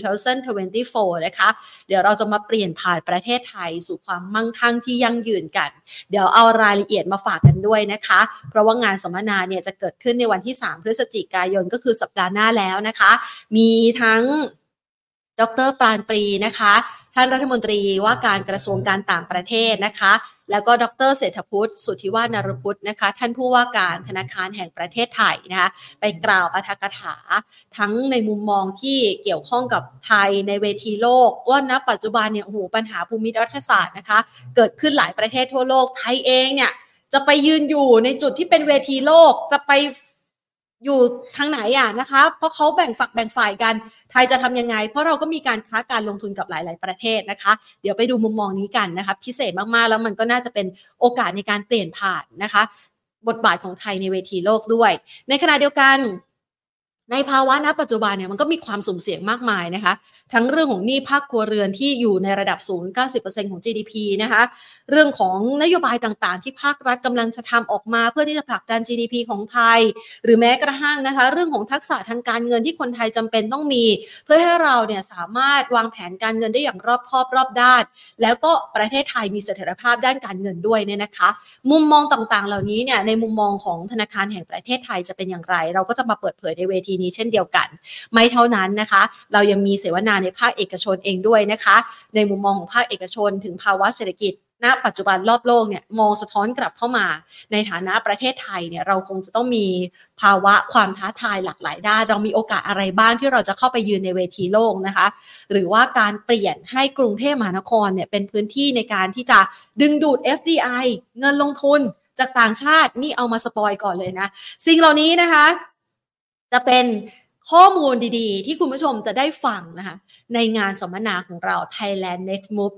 2024 นะคะเดี๋ยวเราจะมาเปลี่ยนผ่านประเทศไทยสู่ความมั่งคั่งที่ยั่งยืนกันเดี๋ยวเอารายละเอียดมาฝากกันด้วยนะคะเพราะว่างานสัมมนาเนี่ยจะเกิดขึ้นในวันที่3 พฤศจิกายนก็คือสัปดาห์หน้าแล้วนะคะมีทั้งดร.ปราณปรีนะคะทท่านรัฐมนตรีว่าการกระทรวงการต่างประเทศนะคะแล้วก็ดร.เศรษฐพุทธสุทธิวาฒนรพุทธนะคะท่านผู้ว่าการธนาคารแห่งประเทศไทยนะคะไปกล่าวปาฐกถาทั้งในมุมมองที่เกี่ยวข้องกับไทยในเวทีโลกว่าณปัจจุบันเนี่ยโอ้โหปัญหาภูมิรัฐศาสตร์นะคะเกิดขึ้นหลายประเทศทั่วโลกไทยเองเนี่ยจะไปยืนอยู่ในจุดที่เป็นเวทีโลกจะไปอยู่ทางไหนนะคะเพราะเขาแบ่งฝักแบ่งฝ่ายกันไทยจะทำยังไงเพราะเราก็มีการค้าการลงทุนกับหลายๆประเทศนะคะเดี๋ยวไปดูมุมมองนี้กันนะคะพิเศษมากๆแล้วมันก็น่าจะเป็นโอกาสในการเปลี่ยนผ่านนะคะบทบาทของไทยในเวทีโลกด้วยในขณะเดียวกันในภาวะณปัจจุบันเนี่ยมันก็มีความสุ่มเสี่ยงมากมายนะคะทั้งเรื่องของหนี้ภาคครัวเรือนที่อยู่ในระดับสูง 90% ของ GDP นะคะเรื่องของนโยบายต่างๆที่ภาครัฐกำลังจะทำออกมาเพื่อที่จะผลักดัน GDP ของไทยหรือแม้กระทั่งนะคะเรื่องของทักษะทางการเงินที่คนไทยจำเป็นต้องมีเพื่อให้เราเนี่ยสามารถวางแผนการเงินได้อย่างรอบคอบรอบด้านแล้วก็ประเทศไทยมีเสถียรภาพด้านการเงินด้วยเนี่ยนะคะมุมมองต่างๆเหล่านี้เนี่ยในมุมมองของธนาคารแห่งประเทศไทยจะเป็นอย่างไรเราก็จะมาเปิดเผยในเวทีนี้เช่นเดียวกันไม่เท่านั้นนะคะเรายังมีเสวนาในภาคเอกชนเองด้วยนะคะในมุมมองของภาคเอกชนถึงภาวะเศรษฐกิจณปัจจุบันรอบโลกเนี่ยมองสะท้อนกลับเข้ามาในฐานะประเทศไทยเนี่ยเราคงจะต้องมีภาวะความท้าทายหลากหลายด้านเรามีโอกาสอะไรบ้างที่เราจะเข้าไปยืนในเวทีโลกนะคะหรือว่าการเปลี่ยนให้กรุงเทพมหานครเนี่ยเป็นพื้นที่ในการที่จะดึงดูด FDI เงินลงทุนจากต่างชาตินี่เอามาสปอยก่อนเลยนะสิ่งเหล่านี้นะคะจะเป็นข้อมูลดีๆที่คุณผู้ชมจะได้ฟังนะคะในงานสัมมนาของเรา Thailand Next Move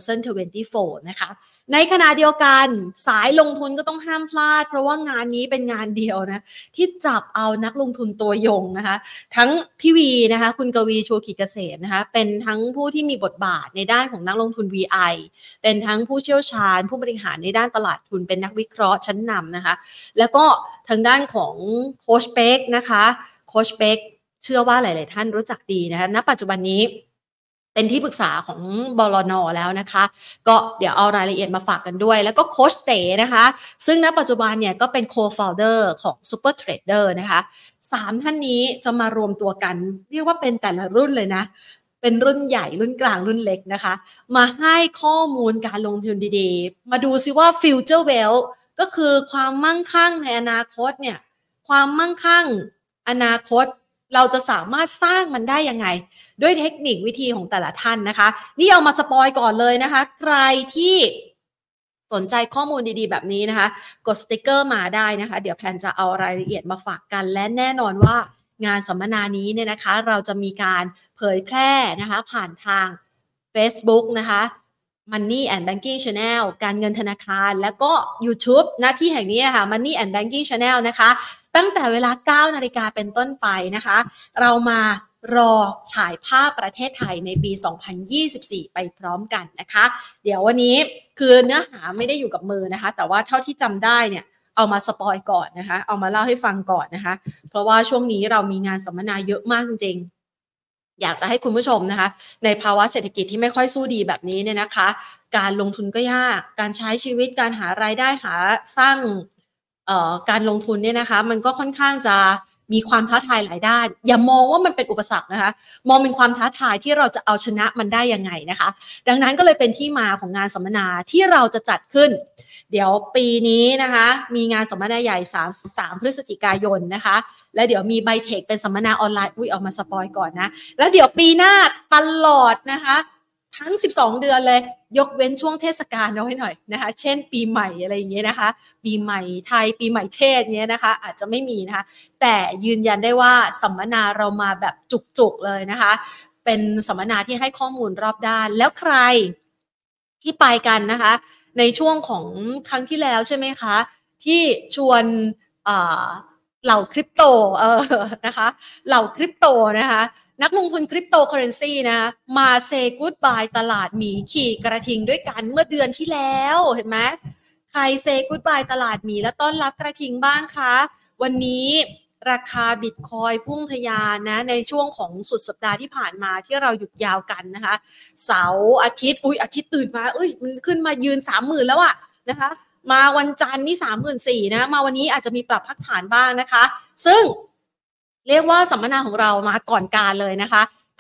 2024 นะคะในขณะเดียวกันสายลงทุนก็ต้องห้ามพลาดเพราะว่างานนี้เป็นงานเดียวนะที่จับเอานักลงทุนตัวยงนะคะทั้งพี่วีนะคะคุณกวีชูกิจเกษมนะคะเป็นทั้งผู้ที่มีบทบาทในด้านของนักลงทุน VI เป็นทั้งผู้เชี่ยวชาญผู้บริหารในด้านตลาดทุนเป็นนักวิเคราะห์ชั้นนำนะคะแล้วก็ทางด้านของโค้ชเป๊กนะคะโค้ชเป๊กเชื่อว่าหลายๆท่านรู้จักดีนะคะณปัจจุบันนี้เป็นที่ปรึกษาของบลน.แล้วนะคะก็เดี๋ยวเอารายละเอียดมาฝากกันด้วยแล้วก็โค้ชเต๋นะคะซึ่งณปัจจุบันเนี่ยก็เป็นโคฟาวเดอร์ของ Super Trader นะคะ3ท่านนี้จะมารวมตัวกันเรียกว่าเป็นแต่ละรุ่นเลยนะเป็นรุ่นใหญ่รุ่นกลางรุ่นเล็กนะคะมาให้ข้อมูลการลงทุนดีๆมาดูซิว่า Future Wealth ก็คือความมั่งคั่งในอนาคตเนี่ยความมั่งคั่งอนาคตเราจะสามารถสร้างมันได้ยังไงด้วยเทคนิควิธีของแต่ละท่านนะคะนี่เอามาสปอยก่อนเลยนะคะใครที่สนใจข้อมูลดีๆแบบนี้นะคะกดสติกเกอร์มาได้นะคะเดี๋ยวแพนจะเอารายละเอียดมาฝากกันและแน่นอนว่างานสัมมนานี้เนี่ยนะคะเราจะมีการเผยแพร่นะคะผ่านทาง Facebook นะคะ Money and Banking Channel การเงินธนาคารแล้วก็ YouTube หน้าที่แห่งนี้ค่ะ Money and Banking Channel นะคะตั้งแต่เวลา 9 นาฬิกาเป็นต้นไปนะคะเรามารอฉายภาพประเทศไทยในปี 2024 ไปพร้อมกันนะคะเดี๋ยววันนี้คือเนื้อหาไม่ได้อยู่กับมือนะคะแต่ว่าเท่าที่จำได้เนี่ยเอามาสปอยก่อนนะคะเอามาเล่าให้ฟังก่อนนะคะเพราะว่าช่วงนี้เรามีงานสัมมนาเยอะมากจริงๆอยากจะให้คุณผู้ชมนะคะในภาวะเศรษฐกิจที่ไม่ค่อยสู้ดีแบบนี้เนี่ยนะคะการลงทุนก็ยากการใช้ชีวิตการหารายได้หาสร้างการลงทุนเนี่ยนะคะมันก็ค่อนข้างจะมีความท้าทายหลายด้านอย่ามองว่ามันเป็นอุปสรรคนะคะมองเป็นความท้าทายที่เราจะเอาชนะมันได้ยังไงนะคะดังนั้นก็เลยเป็นที่มาของงานสัมมนาที่เราจะจัดขึ้นเดี๋ยวปีนี้นะคะมีงานสัมมนาใหญ่3 พฤศจิกายนนะคะและเดี๋ยวมีไบเทคเป็นสัมมนาออนไลน์เอามาสปอยก่อนนะแล้วเดี๋ยวปีหน้าตลอดนะคะทั้ง12เดือนเลยยกเว้นช่วงเทศกาลเอาไว้หน่อยนะคะเช่นปีใหม่อะไรอย่างเงี้ยนะคะปีใหม่ไทยปีใหม่เทศเงี้ยนะคะอาจจะไม่มีนะคะแต่ยืนยันได้ว่าสัมมนาเรามาแบบจุกๆเลยนะคะเป็นสัมมนาที่ให้ข้อมูลรอบด้านแล้วใครที่ไปกันนะคะในช่วงของครั้งที่แล้วใช่ไหมคะที่ชวนเหล่าคริปโตนะคะเหล่าคริปโตนะคะนักลงทุนคริปโตเคอเรนซีนะมาเซกู๊ดบายตลาดหมีขี่กระทิงด้วยกันเมื่อเดือนที่แล้วเห็นไหมใครเซกู๊ดบายตลาดหมีและต้อนรับกระทิงบ้างคะวันนี้ราคาบิตคอยพุ่งทะยานนะในช่วงของสุดสัปดาห์ที่ผ่านมาที่เราหยุดยาวกันนะคะเสาร์อาทิตย์อาทิตย์ตื่นมามันขึ้นมายืน 30,000 แล้วอะนะคะมาวันจันทร์นี่ 34,000 นะมาวันนี้อาจจะมีปรับพักฐานบ้างนะคะซึ่งเรียกว่าสัมมนาของเรามาก่อนการเลยนะคะ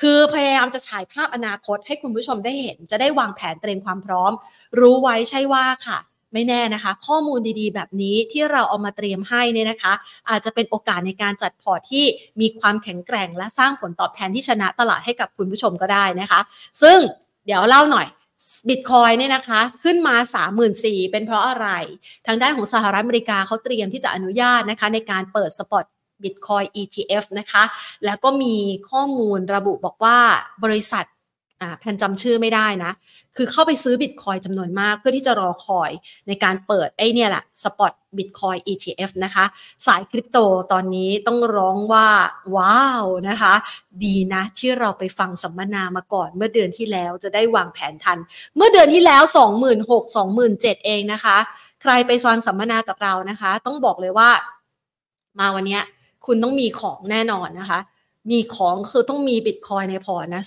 คือพยายามจะฉายภาพอนาคตให้คุณผู้ชมได้เห็นจะได้วางแผนเตรียมความพร้อมรู้ไว้ใช่ว่าค่ะไม่แน่นะคะข้อมูลดีๆแบบนี้ที่เราเอามาเตรียมให้เนี่ยนะคะอาจจะเป็นโอกาสในการจัดพอร์ตที่มีความแข็งแกร่งและสร้างผลตอบแทนที่ชนะตลาดให้กับคุณผู้ชมก็ได้นะคะซึ่งเดี๋ยวเล่าหน่อยบิตคอยเนี่ยนะคะขึ้นมา 34,000 เป็นเพราะอะไรทางด้านของสหรัฐอเมริกาเขาเตรียมที่จะอนุญาตนะคะในการเปิดสปอตBitcoin ETF นะคะแล้วก็มีข้อมูลระบุบอกว่าบริษัทแพนจำชื่อไม่ได้นะคือเข้าไปซื้อ Bitcoin จำนวนมากเพื่อที่จะรอคอยในการเปิดเนี่ยแหละ Spot Bitcoin ETF นะคะสายคริปโตตอนนี้ต้องร้องว่าว้าวนะคะดีนะที่เราไปฟังสัมมนามาก่อนเมื่อเดือนที่แล้วจะได้วางแผนทันเมื่อเดือนที่แล้ว 26,000 27,000 เองนะคะใครไปฟังสัมมนากับเรานะคะต้องบอกเลยว่ามาวันนี้คุณต้องมีของแน่นอนนะคะมีของคือต้องมีบิตคอยในพอร์ตนะ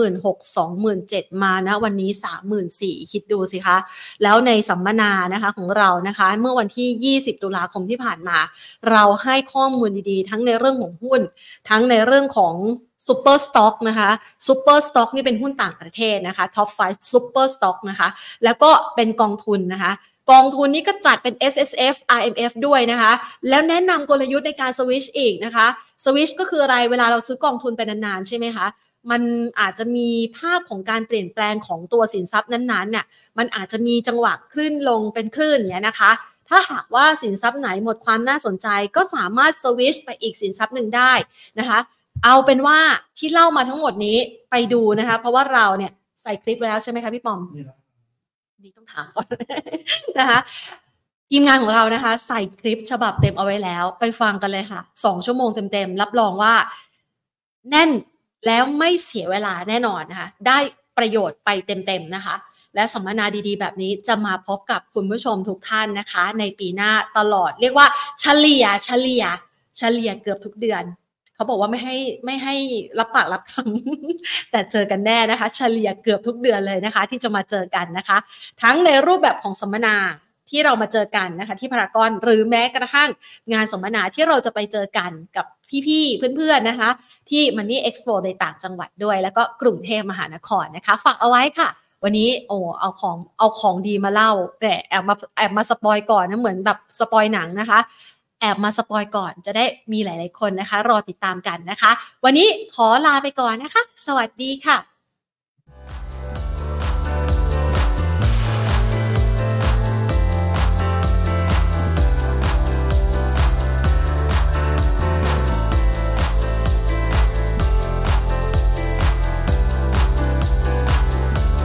26,000 27,000 มานะวันนี้ 34,000 คิดดูสิคะแล้วในสัมมนานะคะของเรานะคะเมื่อวันที่20ตุลาคมที่ผ่านมาเราให้ข้อมูลดีๆทั้งในเรื่องของหุ้นทั้งในเรื่องของซูเปอร์สต็อกนะคะซูเปอร์สต็อกนี่เป็นหุ้นต่างประเทศนะคะท็อป5ซูเปอร์สต็อกนะคะแล้วก็เป็นกองทุนนะคะกองทุนนี้ก็จัดเป็น SSF RMF ด้วยนะคะแล้วแนะนำกลยุทธ์ในการสวิชอีกนะคะสวิชก็คืออะไรเวลาเราซื้อกองทุนไปนานๆใช่ไหมคะมันอาจจะมีภาพของการเปลี่ยนแปลงของตัวสินทรัพย์นั้นๆเนี่ยมันอาจจะมีจังหวะขึ้นลงเป็นคลื่นอย่างนี้นะคะถ้าหากว่าสินทรัพย์ไหนหมดความน่าสนใจก็สามารถสวิชไปอีกสินทรัพย์หนึ่งได้นะคะเอาเป็นว่าที่เล่ามาทั้งหมดนี้ไปดูนะคะเพราะว่าเราเนี่ยใส่คลิปไว้แล้วใช่ไหมคะพี่ปอมนี่ต้องถามก่อนนะคะทีมงานของเรานะคะใส่คลิปฉบับเต็มเอาไว้แล้วไปฟังกันเลยค่ะ2 ชั่วโมงเต็มๆรับรองว่าแน่นแล้วไม่เสียเวลาแน่นอนนะคะได้ประโยชน์ไปเต็มๆนะคะและสัมมนาดีๆแบบนี้จะมาพบกับคุณผู้ชมทุกท่านนะคะในปีหน้าตลอดเรียกว่าเฉลี่ยเกือบทุกเดือนเขาบอกว่าไม่ให้รับปากรับคำแต่เจอกันแน่นะคะเฉลี่ยเกือบทุกเดือนเลยนะคะที่จะมาเจอกันนะคะทั้งในรูปแบบของสัมมนาที่เรามาเจอกันนะคะที่พารากอนหรือแม้กระทั่งงานสัมมนาที่เราจะไปเจอกันกับพี่ๆเพื่อนๆนะคะที่ Money Expo ในต่างจังหวัดด้วยแล้วก็กรุงเทพมหานครนะคะฝากเอาไว้ค่ะวันนี้เอาของดีมาเล่าแต่แอบมาสปอยก่อนนะเหมือนแบบสปอยหนังนะคะแอบมาสปอยก่อนจะได้มีหลายๆคนนะคะรอติดตามกันนะคะวันนี้ขอลาไปก่อนนะคะสวัสดีค่ะ